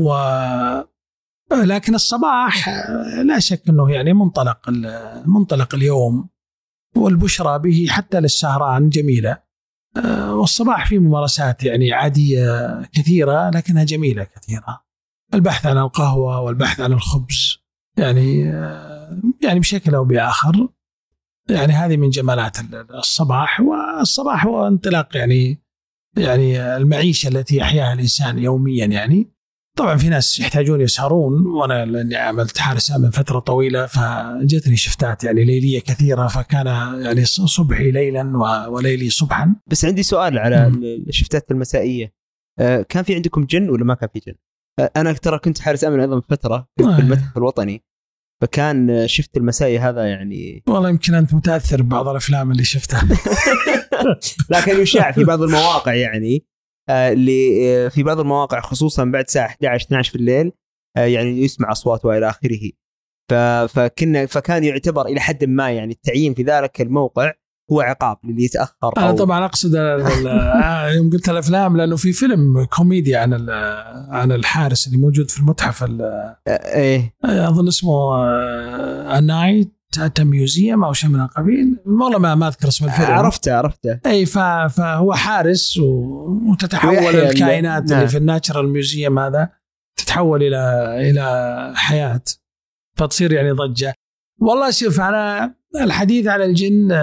B: لكن الصباح لا شك أنه يعني منطلق اليوم والبشرى به حتى للسهران جميلة. والصباح فيه ممارسات يعني عادية كثيرة لكنها جميلة كثيرة. البحث عن القهوة والبحث عن الخبز يعني بشكل أو بآخر يعني هذه من جمالات الصباح. والصباح هو انطلاق يعني المعيشة التي يحياها الإنسان يوميا. يعني طبعا في ناس يحتاجون يسهرون، وأنا لأني عملت حارس من فترة طويلة فجتني شفتات يعني ليلية كثيرة، فكان يعني صبحي ليلا وليلي صبحا.
A: بس عندي سؤال على الشفتات المسائية، كان في عندكم جن ولا ما كان في جن؟ أنا ترى كنت حارس أمن أيضا فترة في المتحف الوطني، فكان شفت المسائي هذا يعني
B: والله يمكن أنت متأثر ببعض الأفلام اللي شفتها.
A: لكن يشاع في بعض المواقع يعني اللي في بعض المواقع خصوصا بعد الساعة 11-12 في الليل يعني يسمع أصوات وإلى آخره. فكان يعتبر إلى حد ما يعني التعيين في ذلك الموقع هو عقاب للي يتأخر.
B: أنا طبعا أقصد يوم قلت الأفلام لأنه في فيلم كوميدي عن الحارس اللي موجود في المتحف أظن اسمه النايت ميوزيوم أو شيء من القبيل، والله ما أذكر اسم الفيلم.
A: عرفته.
B: أي فهو حارس وتتحول الكائنات اللي في الناتشرال ميوزيوم هذا تتحول إلى حياة، فتصير يعني ضجة. والله شوف، أنا الحديث على الجن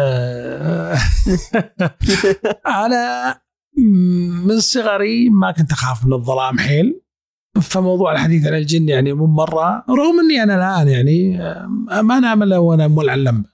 B: أنا من صغري ما كنت أخاف من الظلام حيل، فموضوع الحديث عن الجن يعني مو مرة، رغم أني أنا الآن يعني ما نعمل إلا وأنا مولع اللمبة.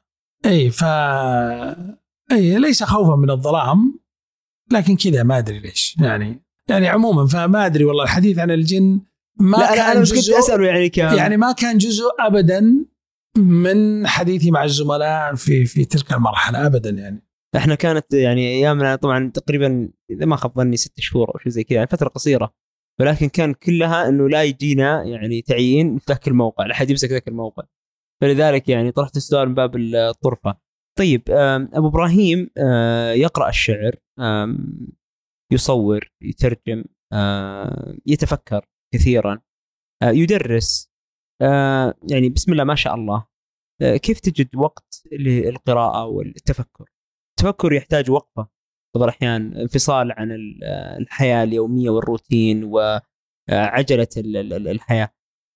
B: ليس خوفا من الظلام، لكن كذا ما أدري ليش يعني عموما فما أدري والله. الحديث عن الجن ما كان جزء يعني ما كان جزء أبدا من حديثي مع الزملاء في تلك المرحلة أبدا. يعني
A: احنا كانت يعني أيامنا طبعا تقريبا إذا ما خاب ظني 6 شهور أو شيء زي كذا، يعني فترة قصيرة، ولكن كان كلها إنه لا يجينا يعني تعيين في ذاك الموقع، لا حد يمسك ذاك الموقع، فلذلك يعني طرحت السؤال من باب الطرفة. طيب أبو إبراهيم يقرأ الشعر، يصور، يترجم، يتفكر كثيرا، يدرس، يعني بسم الله ما شاء الله. كيف تجد وقت للقراءة والتفكر؟ التفكر يحتاج وقفة بعض الأحيان، انفصال عن الحياة اليومية والروتين وعجلة الحياة.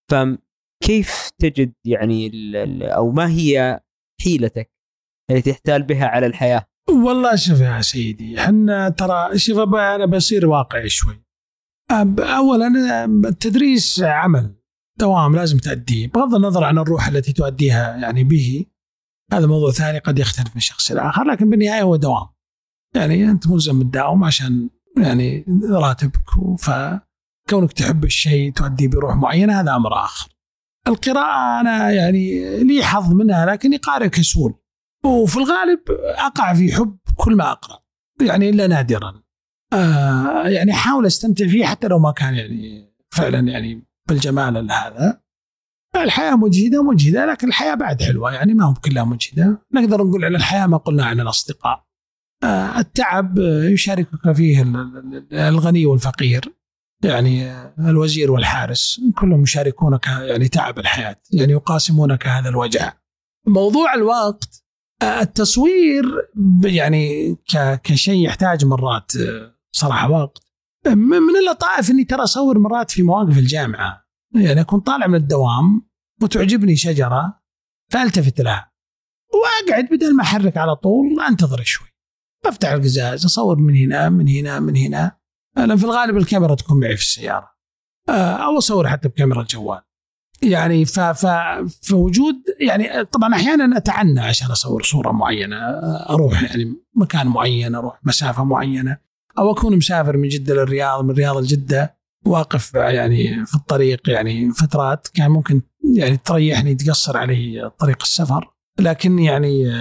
A: فكيف تجد يعني أو ما هي حيلتك التي تحتال بها على الحياة؟
B: والله شوف يا سيدي، حنا ترى شوف أنا بصير واقعي شوي. أولا التدريس عمل دوام لازم تأديه، بغض النظر عن الروح التي تؤديها يعني به، هذا موضوع ثاني قد يختلف من شخص لآخر، لكن بالنهاية هو دوام. يعني أنت ملزم بالدوام عشان يعني راتبك، فكونك تحب الشيء تؤديه بروح معينة هذا أمر آخر. القراءة أنا يعني لي حظ منها، لكني قارئ كسول، وفي الغالب أقع في حب كل ما أقرأ يعني إلا نادرا. يعني أحاول أستمتع فيه حتى لو ما كان يعني فعلا يعني بالجمال هذا. الحياة مجهدة، لكن الحياة بعد حلوة، يعني ما هو كلها مجهدة. نقدر نقول على الحياة ما قلنا عن الأصدقاء. التعب يشاركك فيه الغني والفقير، يعني الوزير والحارس كلهم يشاركونك يعني تعب الحياة، يعني يقاسمونك هذا الوجع. موضوع الوقت، التصوير يعني كشيء يحتاج مرات صراحة وقت. من اللطائف أني ترى أصور مرات في مواقف الجامعة، يعني أكون طالع من الدوام وتعجبني شجرة فألتفت لها وأقعد بدل ما أحرك على طول أنتظر شوي، أفتح القزاز أصور من هنا. أنا في الغالب الكاميرا تكون معي في السيارة، أو أصور حتى بكاميرا الجوال. يعني فوجود يعني طبعا أحيانا أتعنى عشان أصور صورة معينة، أروح يعني مكان معين، أروح مسافة معينة، أو أكون مسافر من جدة للرياض، من الرياض لجدة، واقف يعني في الطريق يعني فترات كان ممكن يعني تريحني، تقصر علي طريق السفر، لكن يعني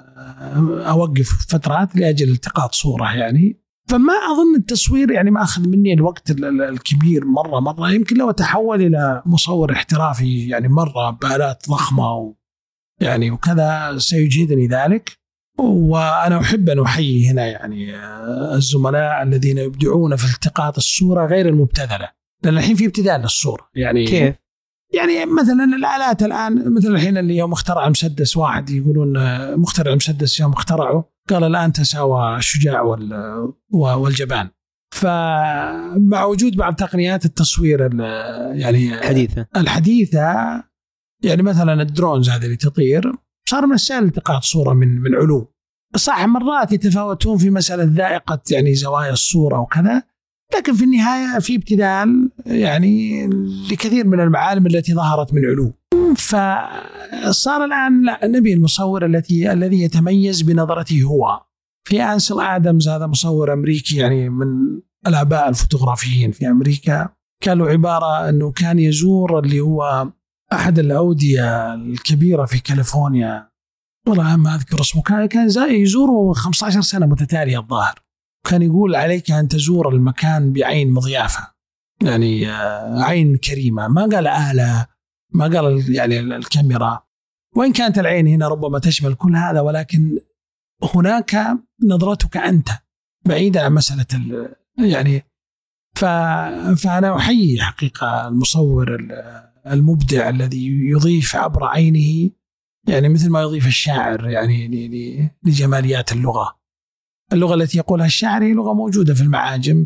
B: أوقف فترات لأجل التقاط صورة يعني. فما أظن التصوير يعني ما أخذ مني الوقت الكبير مرة. يمكن لو أتحول إلى مصور احترافي يعني مرة بآلات ضخمة يعني وكذا سيجهدني ذلك. وأنا أحب أن أحيي هنا يعني الزملاء الذين يبدعون في التقاط الصورة غير المبتذلة، لأن الحين في ابتذال للصورة يعني.
A: كيف؟
B: يعني مثلا الآلات الآن مثل الحين اللي يوم اخترع المسدس، واحد يقولون مخترع المسدس يوم اخترعه قال الآن تساوى الشجاع والجبان. فمع وجود بعض تقنيات التصوير يعني الحديثة يعني مثلا الدرونز هذه اللي تطير صار من السهل التقاط صورة من علو. صح مرات يتفاوتون في مسألة ذائقة يعني زوايا الصورة وكذا، لكن في النهاية في ابتذال يعني لكثير من المعالم التي ظهرت من علو. فصار الآن لا، نبي المصور الذي يتميز بنظرته هو. في أنسل آدمز هذا مصور أمريكي يعني من الآباء الفوتوغرافيين في أمريكا، كان له عبارة أنه كان يزور اللي هو أحد الأودية الكبيرة في كاليفورنيا، والله ما أذكر اسمه، كان يزوره 15 سنة متتالية الظاهر. كان يقول عليك أن تزور المكان بعين مضيافة، يعني عين كريمة، ما قال آلة، ما قال يعني الكاميرا، وإن كانت العين هنا ربما تشمل كل هذا، ولكن هناك نظرتك أنت بعيدة عن مسألة يعني. فأنا أحيي حقيقة المصور المبدع الذي يضيف عبر عينه، يعني مثل ما يضيف الشاعر يعني لجماليات اللغة التي يقولها الشاعر هي لغة موجودة في المعاجم،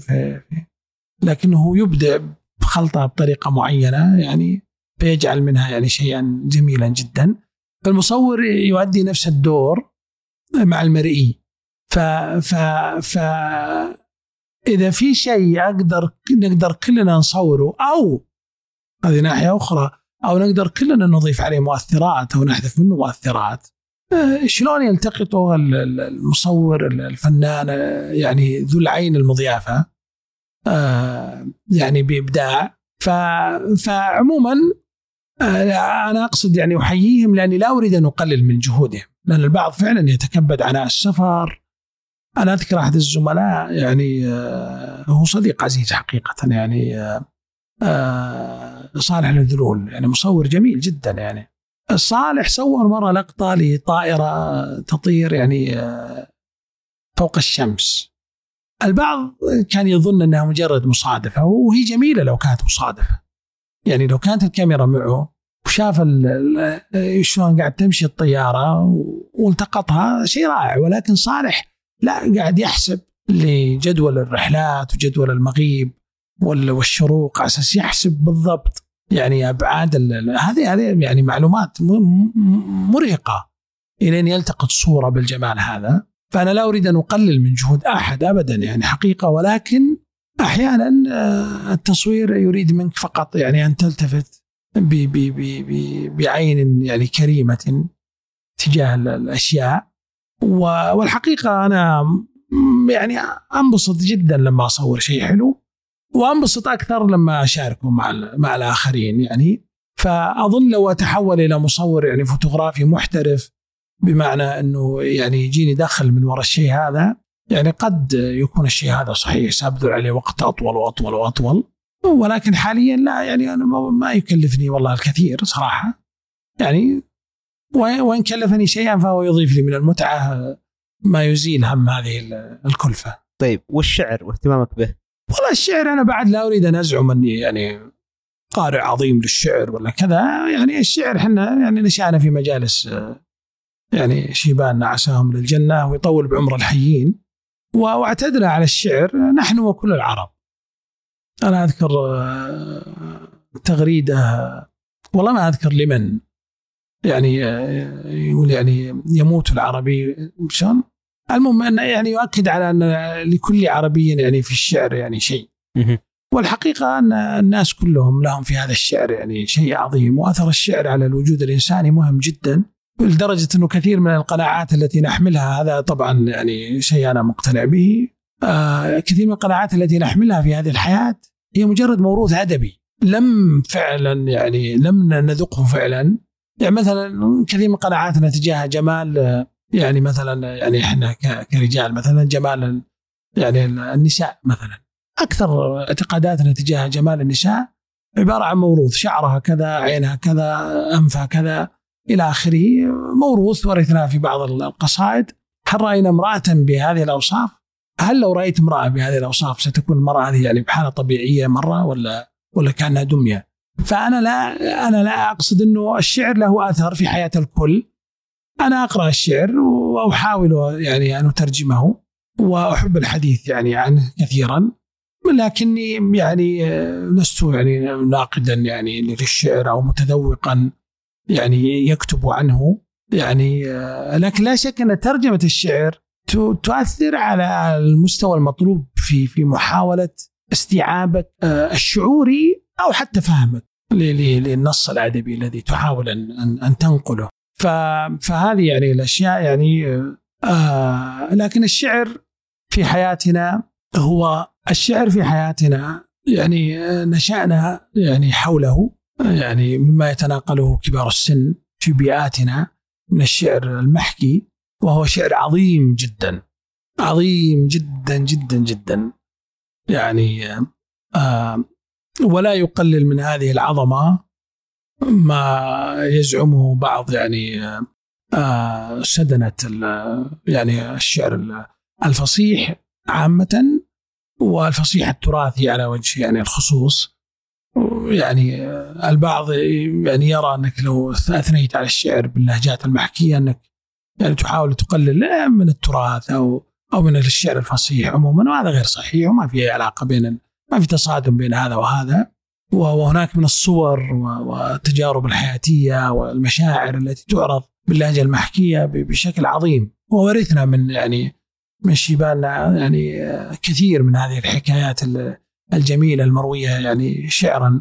B: لكنه يبدع بخلطها بطريقة معينة يعني فيجعل منها يعني شيئا جميلا جدا. فالمصور يؤدي نفس الدور مع المرئي. إذا في شيء نقدر كلنا نصوره، أو هذه ناحية أخرى، أو نقدر كلنا نضيف عليه مؤثرات أو نحذف منه مؤثرات، شلون يلتقطه المصور الفنان يعني ذو العين المضيافة يعني بإبداع. فعموما أنا أقصد يعني أحييهم، لأني لا أريد أن أقلل من جهودهم، لأن البعض فعلا يتكبد عناء السفر. أنا أذكر أحد الزملاء يعني هو صديق عزيز حقيقة يعني صالح الذلول، يعني مصور جميل جدا يعني. صالح صور مرة لقطة لطائرة تطير يعني فوق الشمس. البعض كان يظن أنها مجرد مصادفة، وهي جميلة لو كانت مصادفة، يعني لو كانت الكاميرا معه وشاف شلون قاعد تمشي الطيارة والتقطها شيء رائع. ولكن صالح لا، قاعد يحسب لجدول الرحلات وجدول المغيب والشروق على أساس يحسب بالضبط يعني أبعاد هذه يعني معلومات مرهقة إلى أن يلتقط صورة بالجمال هذا. فأنا لا أريد أن أقلل من جهود أحد أبدا يعني حقيقة، ولكن أحيانا التصوير يريد منك فقط يعني أن تلتفت بعين يعني كريمة تجاه الأشياء. والحقيقة أنا يعني أنبسط جدا لما أصور شيء حلو، وأنبسط أكثر لما أشاركه مع الآخرين يعني. فأظن لو أتحول إلى مصور يعني فوتوغرافي محترف، بمعنى أنه يعني يجيني دخل من وراء الشيء هذا، يعني قد يكون الشيء هذا صحيح سأبذل عليه وقت أطول وأطول وأطول، ولكن حاليا لا، يعني أنا ما يكلفني والله الكثير صراحة يعني، وإن كلفني شيئا فهو يضيف لي من المتعة ما يزيل هم هذه الكلفة.
A: طيب والشعر واهتمامك به؟
B: والله الشعر أنا بعد لا أريد أن أزعم أني يعني قارئ عظيم للشعر ولا كذا، يعني الشعر حنا يعني نشأنا في مجالس يعني شيبان عساهم للجنة ويطول بعمر الحيين، واعتدنا على الشعر نحن وكل العرب. أنا أذكر تغريدة والله ما أذكر لمن يعني يقول يعني يموت العربي مشان، المهم أن يعني يؤكد على أن لكل عربي يعني في الشعر يعني شيء. والحقيقة أن الناس كلهم لهم في هذا الشعر يعني شيء عظيم، وأثر الشعر على الوجود الإنساني مهم جدا، لدرجة أنه كثير من القناعات التي نحملها، هذا طبعا يعني شيء أنا مقتنع به، كثير من القناعات التي نحملها في هذه الحياة هي مجرد موروث أدبي لم نذقه فعلا. يعني مثلا كثير من قناعاتنا تجاه جمال، يعني مثلا يعني احنا كرجال مثلا جمال يعني النساء مثلا، أكثر اعتقاداتنا تجاه جمال النساء عبارة عن موروث، شعرها كذا، عينها كذا، أنفها كذا إلى آخره، موروث ورثناه في بعض القصائد. هل رأينا امرأة بهذه الأوصاف؟ هل لو رأيت امرأة بهذه الأوصاف ستكون المرأة هذه يعني بحالة طبيعية مرة ولا كأنها دمية؟ فأنا لا أقصد أنه الشعر له أثر في حياة الكل. أنا أقرأ الشعر وأحاول يعني أن أترجمه وأحب الحديث يعني عنه كثيرا، لكني يعني لست يعني ناقدا يعني للشعر أو متذوقا يعني يكتب عنه يعني، لكن لا شك أن ترجمة الشعر تؤثر على المستوى المطلوب في محاولة استيعابك الشعوري أو حتى فهمك للنص الأدبي الذي تحاول أن تنقله. فهذه يعني الأشياء يعني لكن الشعر في حياتنا يعني نشأنا يعني حوله، يعني مما يتناقله كبار السن في بيئاتنا من الشعر المحكي، وهو شعر عظيم جدا، عظيم جدا جدا جدا يعني، ولا يقلل من هذه العظمة ما يزعمه بعض يعني سدنة يعني الشعر الفصيح عامة والفصيح التراثي على وجه يعني الخصوص. يعني البعض يعني يرى أنك لو أثنيت على الشعر باللهجات المحكية أنك يعني تحاول تقلل من التراث أو من الشعر الفصيح عموما، وهذا غير صحيح، وما في علاقة ما في تصادم بين هذا وهذا. وهناك من الصور والتجارب الحياتية والمشاعر التي تعرض باللهجة المحكية بشكل عظيم، وورثنا من شيباننا يعني كثير من هذه الحكايات الجميلة المروية يعني شعرا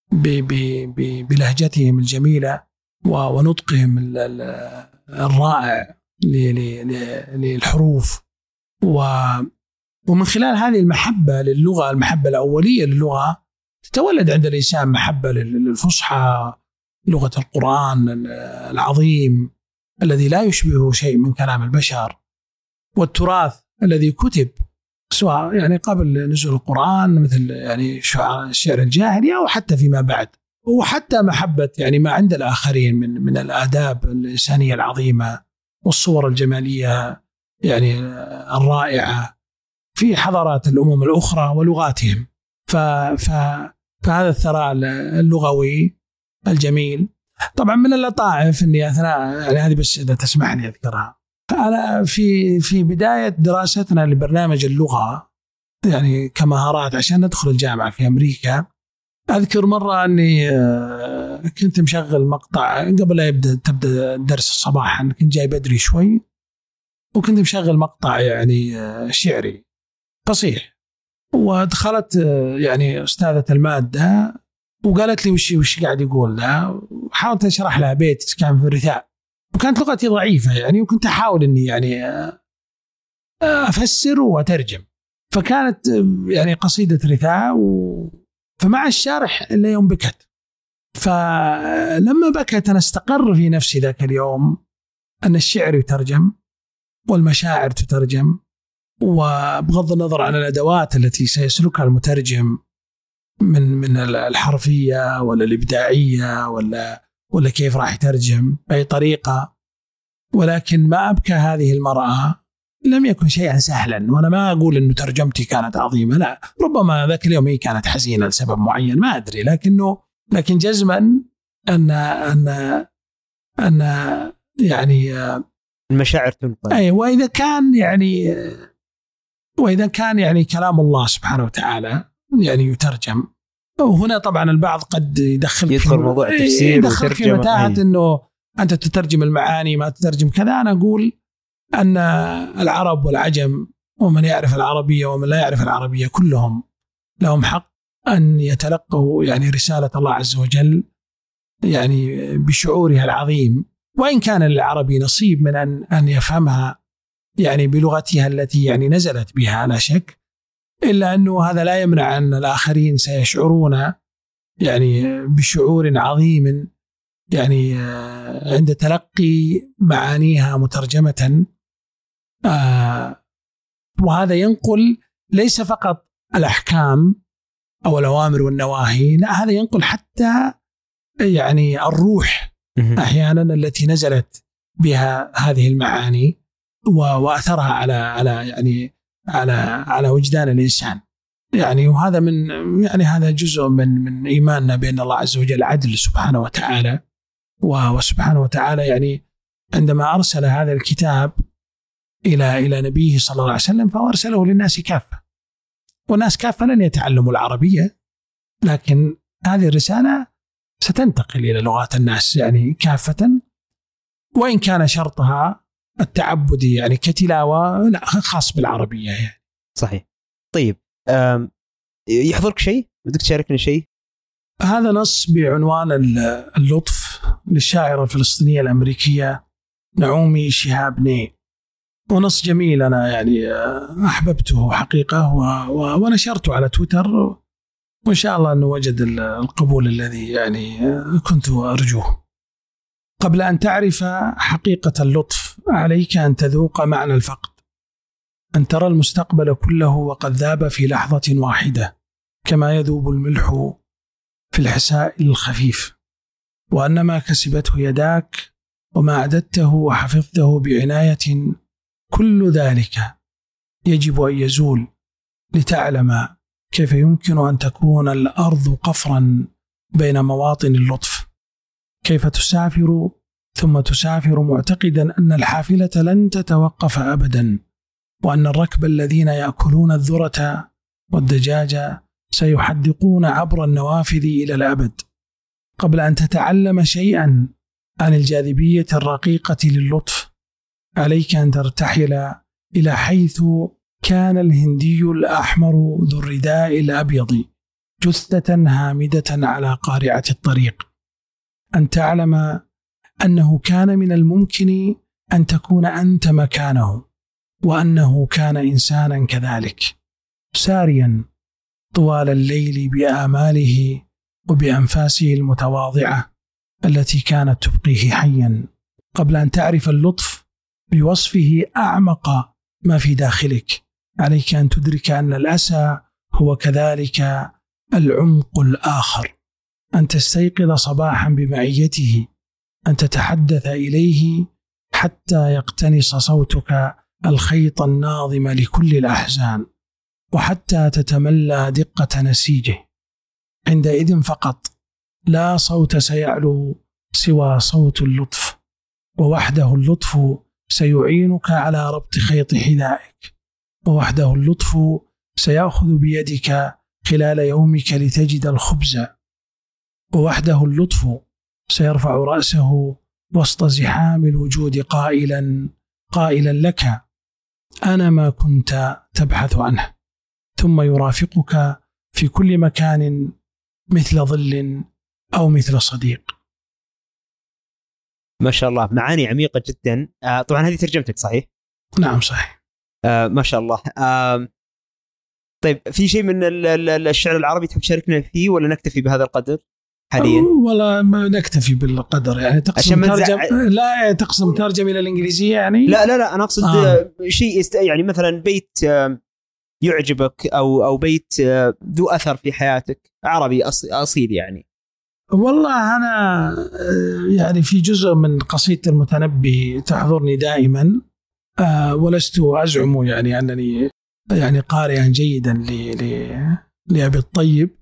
B: بلهجتهم الجميلة ونطقهم الرائع للحروف. ومن خلال هذه المحبة للغة، المحبة الأولية للغة، تتولد عند الإنسان محبة للفصحى، لغة القرآن العظيم الذي لا يشبهه شيء من كلام البشر، والتراث الذي كتب سواء يعني قبل نزول القرآن مثل يعني الشعر الجاهلي أو حتى فيما بعد، وحتى محبة يعني ما عند الآخرين من الآداب الإنسانية العظيمة والصور الجمالية يعني الرائعة في حضارات الأمم الأخرى ولغاتهم. فهذا الثراء اللغوي الجميل. طبعا من اللطائف أني أثناء يعني هذه بس إذا تسمح لي أذكرها، أنا في بداية دراستنا لبرنامج اللغة يعني كمهارات عشان ندخل الجامعة في أمريكا، أذكر مرة أني كنت مشغل مقطع قبل لا تبدأ الدرس صباحا، كنت جاي بدري شوي وكنت مشغل مقطع يعني شعري فصيح، ودخلت يعني أستاذة المادة وقالت لي وش قاعد يقول ده، وحاولت أشرح لها بيت كان في الرثاء، وكانت لغتي ضعيفة يعني، وكنت أحاول أني يعني أفسر وأترجم. فكانت يعني قصيدة رثاء فمع الشارح إلا يوم بكت، فلما بكت أنا استقر في نفسي ذاك اليوم أن الشعر يترجم والمشاعر تترجم، وبغض النظر عن الأدوات التي سيسلكها المترجم من الحرفية ولا الإبداعية ولا كيف راح يترجم بأي طريقة، ولكن ما أبكى هذه المرأة لم يكن شيئا سهلا. وأنا ما أقول أنه ترجمتي كانت عظيمة، لا، ربما ذاك اليوم هي كانت حزينة لسبب معين ما أدري، لكن جزما أن يعني
A: المشاعر تنقل.
B: أي، وإذا كان يعني كلام الله سبحانه وتعالى يعني يترجم، وهنا طبعا البعض قد يدخل
A: موضوع التفسير
B: يدخل في متاهة أنه أنت تترجم المعاني ما تترجم كذا. أنا أقول أن العرب والعجم ومن يعرف العربية ومن لا يعرف العربية كلهم لهم حق أن يتلقوا يعني رسالة الله عز وجل يعني بشعورها العظيم، وإن كان للعربي نصيب من أن يفهمها يعني بلغتها التي يعني نزلت بها لا شك، إلا أنه هذا لا يمنع أن الآخرين سيشعرون يعني بشعور عظيم يعني عند تلقي معانيها مترجمة. وهذا ينقل ليس فقط الأحكام أو الأوامر والنواهي، لا، هذا ينقل حتى يعني الروح أحيانا التي نزلت بها هذه المعاني وأثرها على وجدان الإنسان يعني. وهذا يعني هذا جزء من إيماننا بأن الله عز وجل عدل سبحانه وتعالى، وسبحانه وتعالى يعني عندما أرسل هذا الكتاب إلى نبيه صلى الله عليه وسلم فأرسله للناس كافة، والناس كافة لن يتعلموا العربية، لكن هذه الرسالة ستنتقل إلى لغات الناس يعني كافة، وإن كان شرطها التعبدي يعني كتلاوة خاص بالعربية يعني.
A: صحيح. طيب يحضرك شيء؟ بدك تشاركني شيء؟
B: هذا نص بعنوان اللطف للشاعرة الفلسطينية الأمريكية نعومي شهاب ني، ونص جميل أنا يعني أحببته حقيقة ونشرته على تويتر، وإن شاء الله أنه وجد القبول الذي يعني كنت أرجوه. قبل أن تعرف حقيقة اللطف عليك أن تذوق معنى الفقد، أن ترى المستقبل كله وقد ذاب في لحظة واحدة كما يذوب الملح في الحساء الخفيف، وأن ما كسبته يداك وما أعددته وحفظته بعناية كل ذلك يجب أن يزول، لتعلم كيف يمكن أن تكون الأرض قفرا بين مواطن اللطف، كيف تسافر ثم تسافر معتقدا أن الحافلة لن تتوقف أبدا، وأن الركب الذين يأكلون الذرة والدجاج سيحدقون عبر النوافذ إلى الأبد. قبل أن تتعلم شيئا عن الجاذبية الرقيقة للطف عليك أن ترتحل إلى حيث كان الهندي الأحمر ذو الرداء الأبيض جثة هامدة على قارعة الطريق، أن تعلم أنه كان من الممكن أن تكون أنت مكانه، وأنه كان إنسانا كذلك ساريا طوال الليل بآماله وبأنفاسه المتواضعة التي كانت تبقيه حيا. قبل أن تعرف اللطف بوصفه أعمق ما في داخلك عليك أن تدرك أن الأسى هو كذلك العمق الآخر، أن تستيقظ صباحا بمعيته، أن تتحدث إليه حتى يقتنص صوتك الخيط الناظم لكل الأحزان، وحتى تتملى دقة نسيجه. عندئذ فقط لا صوت سيعلو سوى صوت اللطف، ووحده اللطف سيعينك على ربط خيط حذائك، ووحده اللطف سيأخذ بيدك خلال يومك لتجد الخبز، ووحده اللطف سيرفع رأسه وسط زحام الوجود قائلا لك أنا ما كنت تبحث عنه، ثم يرافقك في كل مكان مثل ظل أو مثل صديق.
A: ما شاء الله، معاني عميقة جدا. طبعا هذه ترجمتك صحيح؟
B: نعم صحيح.
A: ما شاء الله. طيب في شيء من الشعر العربي تحب تشاركنا فيه ولا نكتفي بهذا القدر حاليا؟
B: والله نكتفي بالقدر يعني. تقسم لا تقسم ترجم إلى الإنجليزية يعني؟
A: لا أنا أقصد شيء يعني مثلا بيت يعجبك أو بيت ذو أثر في حياتك عربي أصيل يعني.
B: والله أنا يعني في جزء من قصيدة المتنبي تحضرني دائما، ولست أزعم يعني أنني يعني قارئا جيدا لأبي الطيب،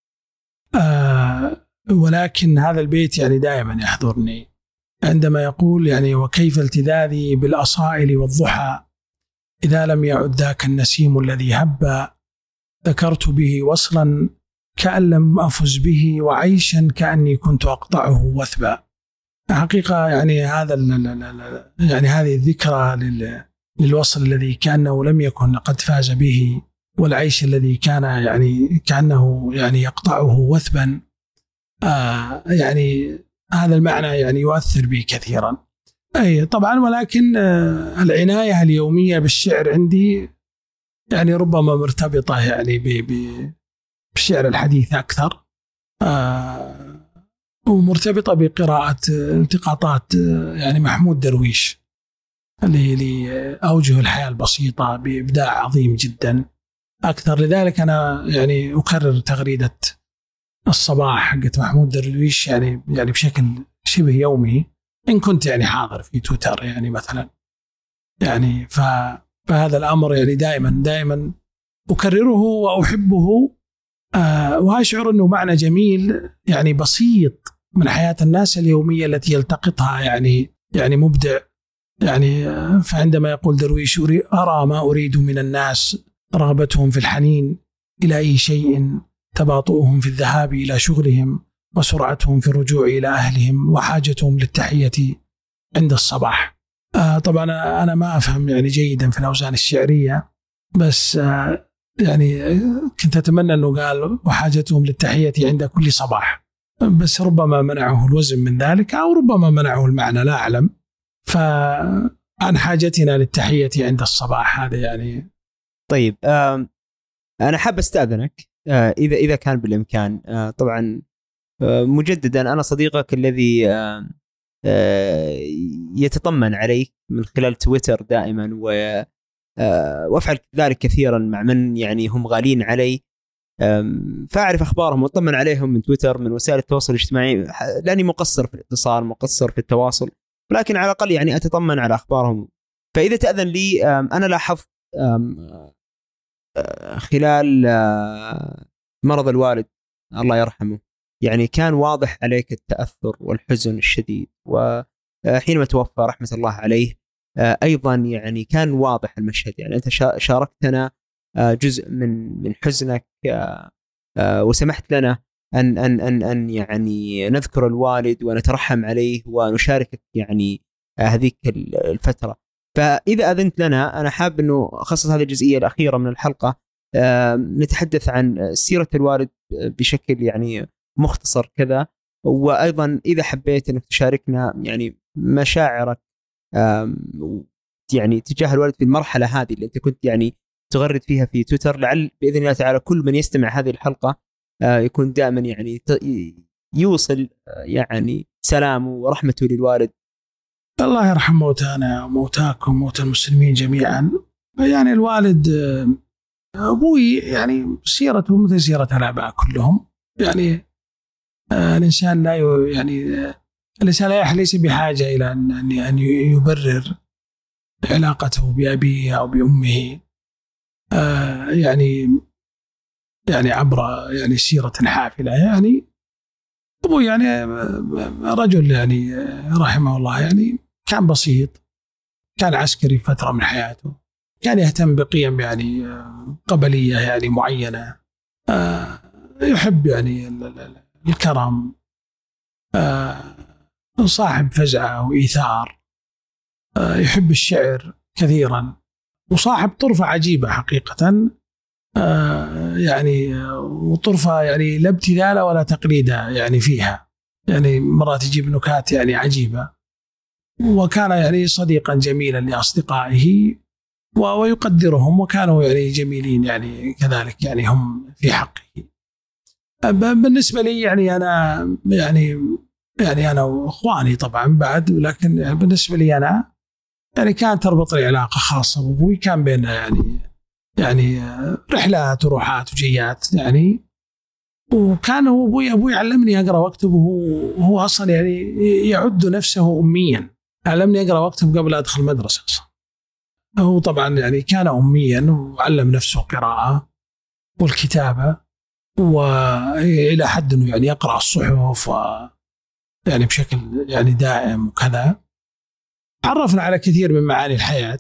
B: ولكن هذا البيت يعني دائما يحضرني عندما يقول يعني وكيف التذاذي بالأصائل والضحى إذا لم يعد ذاك النسيم الذي هب، ذكرت به وصلا كأن لم أفز به وعيشا كأني كنت أقطعه وثبا. حقيقة يعني يعني هذه الذكرى للوصل الذي كأنه لم يكن قد فاز به والعيش الذي كان يعني كأنه يعني يقطعه وثبا، يعني هذا المعنى يعني يؤثر بي كثيرا. أي طبعا، ولكن العناية اليومية بالشعر عندي يعني ربما مرتبطة يعني بالشعر الحديث أكثر، ومرتبطة بقراءة التقاطات يعني محمود درويش لأوجه الحياة البسيطة بإبداع عظيم جدا أكثر. لذلك أنا يعني أكرر تغريدة الصباح حقت محمود درويش يعني بشكل شبه يومي، إن كنت يعني حاضر في تويتر يعني مثلا، يعني فهذا الأمر يعني دائما أكرره وأحبه، وأشعر أنه معنى جميل يعني بسيط من حياة الناس اليومية التي يلتقطها يعني مبدع يعني. فعندما يقول درويش: أرى ما أريد من الناس، رغبتهم في الحنين إلى أي شيء، تباطؤهم في الذهاب إلى شغلهم، وسرعتهم في الرجوع إلى أهلهم، وحاجتهم للتحية عند الصباح. طبعا أنا ما أفهم يعني جيدا في الأوزان الشعرية، بس يعني كنت أتمنى أنه قال وحاجتهم للتحية عند كل صباح، بس ربما منعه الوزن من ذلك، أو ربما منعه المعنى، لا أعلم. فعن حاجتنا للتحية عند الصباح هذا يعني.
A: طيب، أنا حاب أستأذنك إذا كان بالإمكان. طبعا مجددا أنا صديقك الذي يتطمن عليك من خلال تويتر دائما، وأفعل ذلك كثيرا مع من يعني هم غالين علي، فأعرف أخبارهم وأطمن عليهم من تويتر، من وسائل التواصل الاجتماعي، لأني مقصر في الاتصال، مقصر في التواصل، ولكن على الأقل يعني أتطمن على أخبارهم. فإذا تأذن لي، أنا لاحظت خلال مرض الوالد الله يرحمه يعني كان واضح عليك التأثر والحزن الشديد، وحينما توفى رحمة الله عليه أيضا يعني كان واضح المشهد. يعني أنت شاركتنا جزء من حزنك، وسمحت لنا أن يعني نذكر الوالد ونترحم عليه ونشاركك يعني هذيك الفترة. فإذا أذنت لنا، أنا حاب أنه أخصص هذه الجزئية الأخيرة من الحلقة نتحدث عن سيرة الوالد بشكل يعني مختصر كذا، وأيضا إذا حبيت أنك تشاركنا يعني مشاعرك يعني تجاه الوالد في المرحلة هذه اللي أنت كنت يعني تغرد فيها في تويتر، لعل بإذن الله تعالى كل من يستمع هذه الحلقة يكون دائما يعني يوصل يعني سلامه ورحمته للوالد.
B: الله يرحم موتانا وموتاكم وموتى المسلمين جميعا. يعني الوالد أبوي يعني سيرته مثل سيرة الآباء كلهم. يعني الإنسان الإنسان ليس بحاجة إلى أن يبرر علاقته بأبيه أو بأمه يعني عبر يعني سيرة حافلة. يعني أبو يعني رجل يعني رحمه الله يعني كان بسيط، كان عسكري فترة من حياته، كان يهتم بقيم يعني قبلية يعني معينة، يحب يعني الكرم، صاحب فزعة وإيثار، يحب الشعر كثيرا، وصاحب طرفة عجيبة حقيقة، يعني وطرفة يعني لا ابتذال ولا تقليد يعني فيها، يعني مرات يجيب نكات يعني عجيبة. وكان يعني صديقا جميلا لأصدقائه ويقدرهم، وكانوا يعني جميلين يعني كذلك يعني هم في حقه. بالنسبة لي يعني أنا يعني أنا وإخواني طبعا بعد، لكن يعني بالنسبة لي أنا يعني كانت تربطني علاقة خاصة بأبوي، كان بيننا يعني رحلات وروحات وجيات يعني. وكان أبوي علمني أقرأ وأكتب، وهو أصلا يعني يعد نفسه أميا، علمني أقرأ وأكتب قبل أدخل مدرسة أصلا. هو طبعا يعني كان أميا وعلم نفسه القراءة والكتابة، وإلى حد أنه يعني يقرأ الصحف يعني بشكل يعني دائم وكذا. عرفنا على كثير من معاني الحياة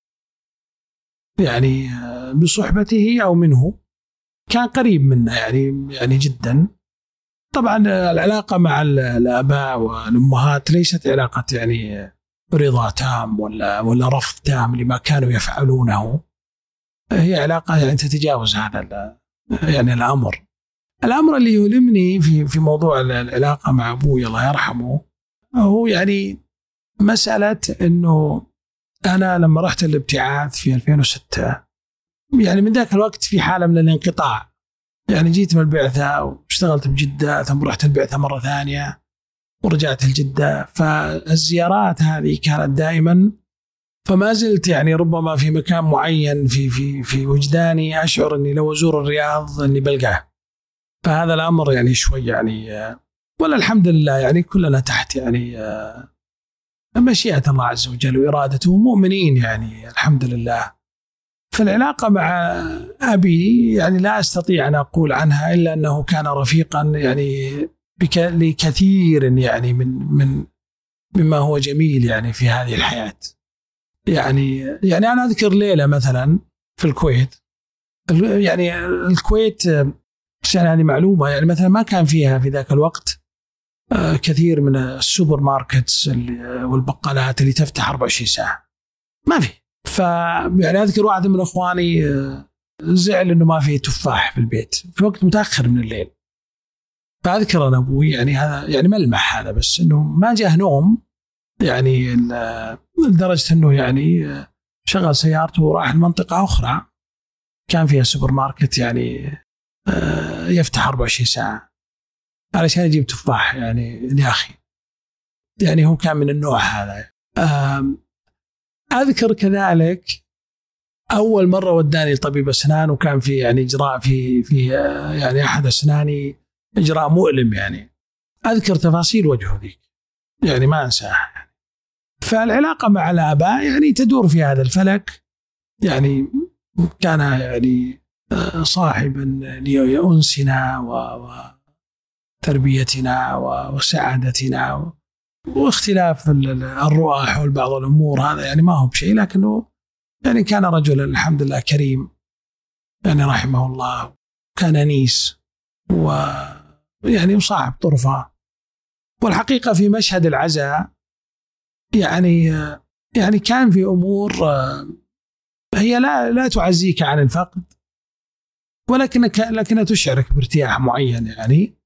B: يعني بصحبته أو منه، كان قريب منا يعني جدا. طبعا العلاقة مع الآباء والأمهات ليست علاقة يعني رضا تام ولا رفض تام لما كانوا يفعلونه، هي علاقة يعني تتجاوز هذا يعني الأمر اللي يؤلمني في موضوع العلاقة مع أبوي الله يرحمه هو يعني مسألة أنه أنا لما رحت الابتعاث في 2006 يعني من ذاك الوقت في حالة من الانقطاع. يعني جيت من البعثة واشتغلت بجدة ثم رحت البعثة مرة ثانية ورجعت الجدة، فالزيارات هذه كانت دائما، فما زلت يعني ربما في مكان معين في وجداني أشعر أني لو أزور الرياض أني بلقاه. فهذا الأمر يعني شوي يعني ولا الحمد لله يعني كلنا تحت يعني مشيئة الله عز وجل وإرادته، مؤمنين يعني الحمد لله. فالعلاقة مع أبي يعني لا أستطيع أن أقول عنها إلا أنه كان رفيقا يعني لكثير يعني مما هو جميل يعني في هذه الحياة. يعني أنا أذكر ليلة مثلا في الكويت، يعني الكويت عشان هذه معلومة يعني مثلا ما كان فيها في ذاك الوقت كثير من السوبر ماركتس والبقالات اللي تفتح 24 ساعة، ما في. يعني أذكر واحد من أخواني زعل إنه ما في تفاح في البيت في وقت متأخر من الليل، فأذكر أنا أبوي يعني هذا يعني ملمح هذا، بس إنه ما جاء نوم يعني لدرجة إنه يعني شغل سيارته وراح المنطقة أخرى كان فيها سوبر ماركت يعني يفتح 24 ساعة علشان يجيب تفاح يعني يا أخي. يعني هو كان من النوع هذا. أذكر كذلك أول مرة وداني لطبيب أسنان، وكان في يعني إجراء في يعني أحد أسناني إجراء مؤلم يعني، أذكر تفاصيل وجهه ذيك يعني ما أنساها. فالعلاقة مع الآباء يعني تدور في هذا الفلك، يعني كان يعني صاحبا لأنسنا وتربيتنا وسعادتنا، واختلاف الرؤى حول بعض الأمور هذا يعني ما هو بشيء، لكنه يعني كان رجلا الحمد لله كريم يعني رحمه الله، كان أنيس ويعني صاحب طرفة. والحقيقة في مشهد العزاء يعني كان في أمور هي لا تعزيك عن الفقد، لكنها تشعرك بارتياح معين يعني.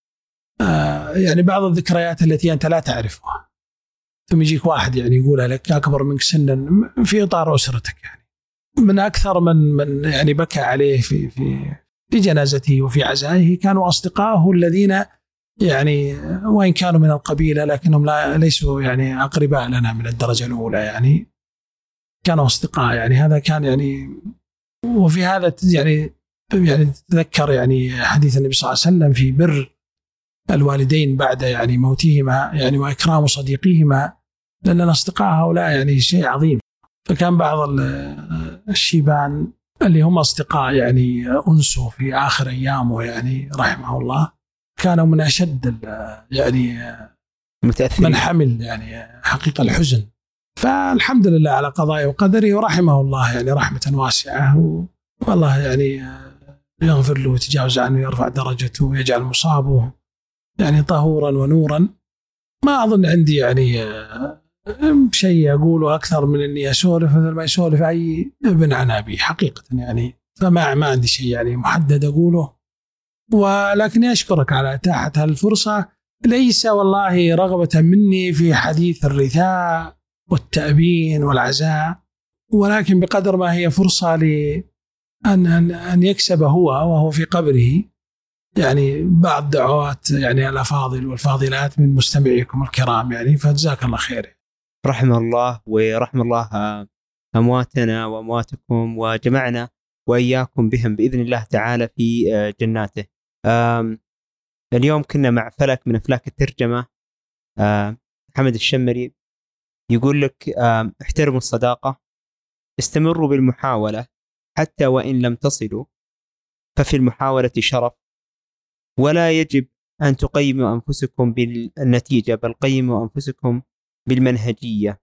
B: يعني بعض الذكريات التي أنت لا تعرفها ثم يجيك واحد يعني يقولها لك أكبر منك سنا في إطار أسرتك، يعني من أكثر من يعني بكى عليه في جنازته وفي عزائه كانوا أصدقائه الذين يعني وإن كانوا من القبيلة لكنهم ليسوا يعني أقرباء لنا من الدرجة الأولى، يعني كانوا أصدقاء. يعني هذا كان يعني، وفي هذا يعني تذكر يعني حديث النبي صلى الله عليه وسلم في بر الوالدين بعد يعني موتهما يعني وإكرام صديقهما، لأن الأصدقاء هؤلاء يعني شيء عظيم. فكان بعض الشيبان اللي هم أصدقاء يعني أنسوا في آخر أيامه يعني رحمه الله، كانوا من أشد يعني من حمل يعني حقيقة الحزن. فالحمد لله على قضائه وقدره، ورحمه الله يعني رحمة واسعة، والله يعني يغفر له ويتجاوز عنه ويرفع درجته ويجعل مصابه يعني طهورا ونورا. ما أظن عندي يعني شيء أقوله أكثر من أني أسولف مثل ما يسولف أي ابن عن أبي حقيقة يعني، فما عندي شيء يعني محدد أقوله. ولكني أشكرك على إتاحة هالفرصة، ليس والله رغبة مني في حديث الرثاء والتأبين والعزاء، ولكن بقدر ما هي فرصة أن يكسب هو وهو في قبره يعني بعض دعوات يعني الأفاضل والفاضلات من مستمعيكم الكرام يعني، فجزاك الله خير.
A: رحم الله ورحم الله أمواتنا وأمواتكم، وجمعنا وإياكم بهم بإذن الله تعالى في جناته. اليوم كنا مع فلك من أفلاك الترجمة، محمد الشمري يقول لك احترموا الصداقة، استمروا بالمحاولة حتى وإن لم تصلوا ففي المحاولة شرف، ولا يجب أن تقيموا أنفسكم بالنتيجة بل قيموا أنفسكم بالمنهجية.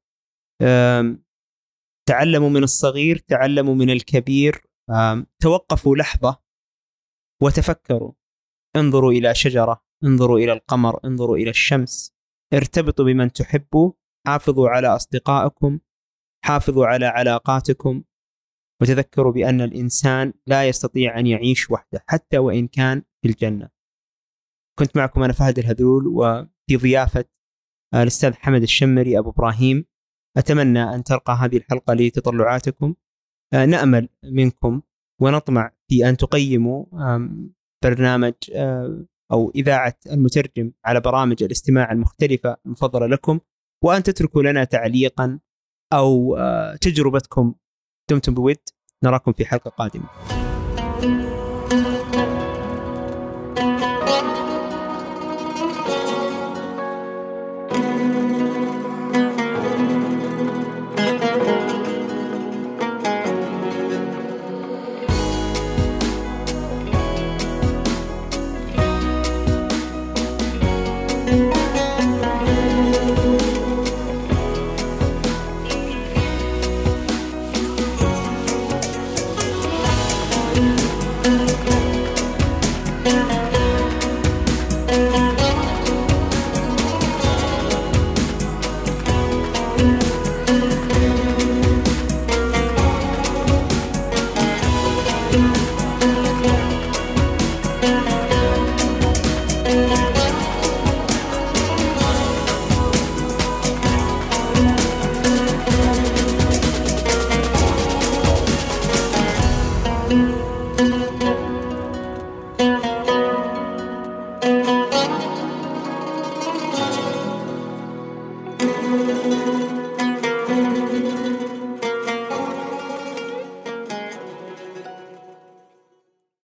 A: تعلموا من الصغير، تعلموا من الكبير، توقفوا لحظة وتفكروا، انظروا إلى شجرة، انظروا إلى القمر، انظروا إلى الشمس، ارتبطوا بمن تحبوا، حافظوا على أصدقائكم، حافظوا على علاقاتكم، وتذكروا بأن الإنسان لا يستطيع أن يعيش وحده حتى وإن كان في الجنة. كنت معكم أنا فهد الهذلول، وفي ضيافة الأستاذ حمد الشمري أبو إبراهيم. أتمنى أن ترقى هذه الحلقة لتطلعاتكم. نأمل منكم ونطمع في أن تقيموا برنامج أو إذاعة المترجم على برامج الاستماع المختلفة المفضلة لكم، وأن تتركوا لنا تعليقا أو تجربتكم. دمتم بود، نراكم في حلقة قادمة.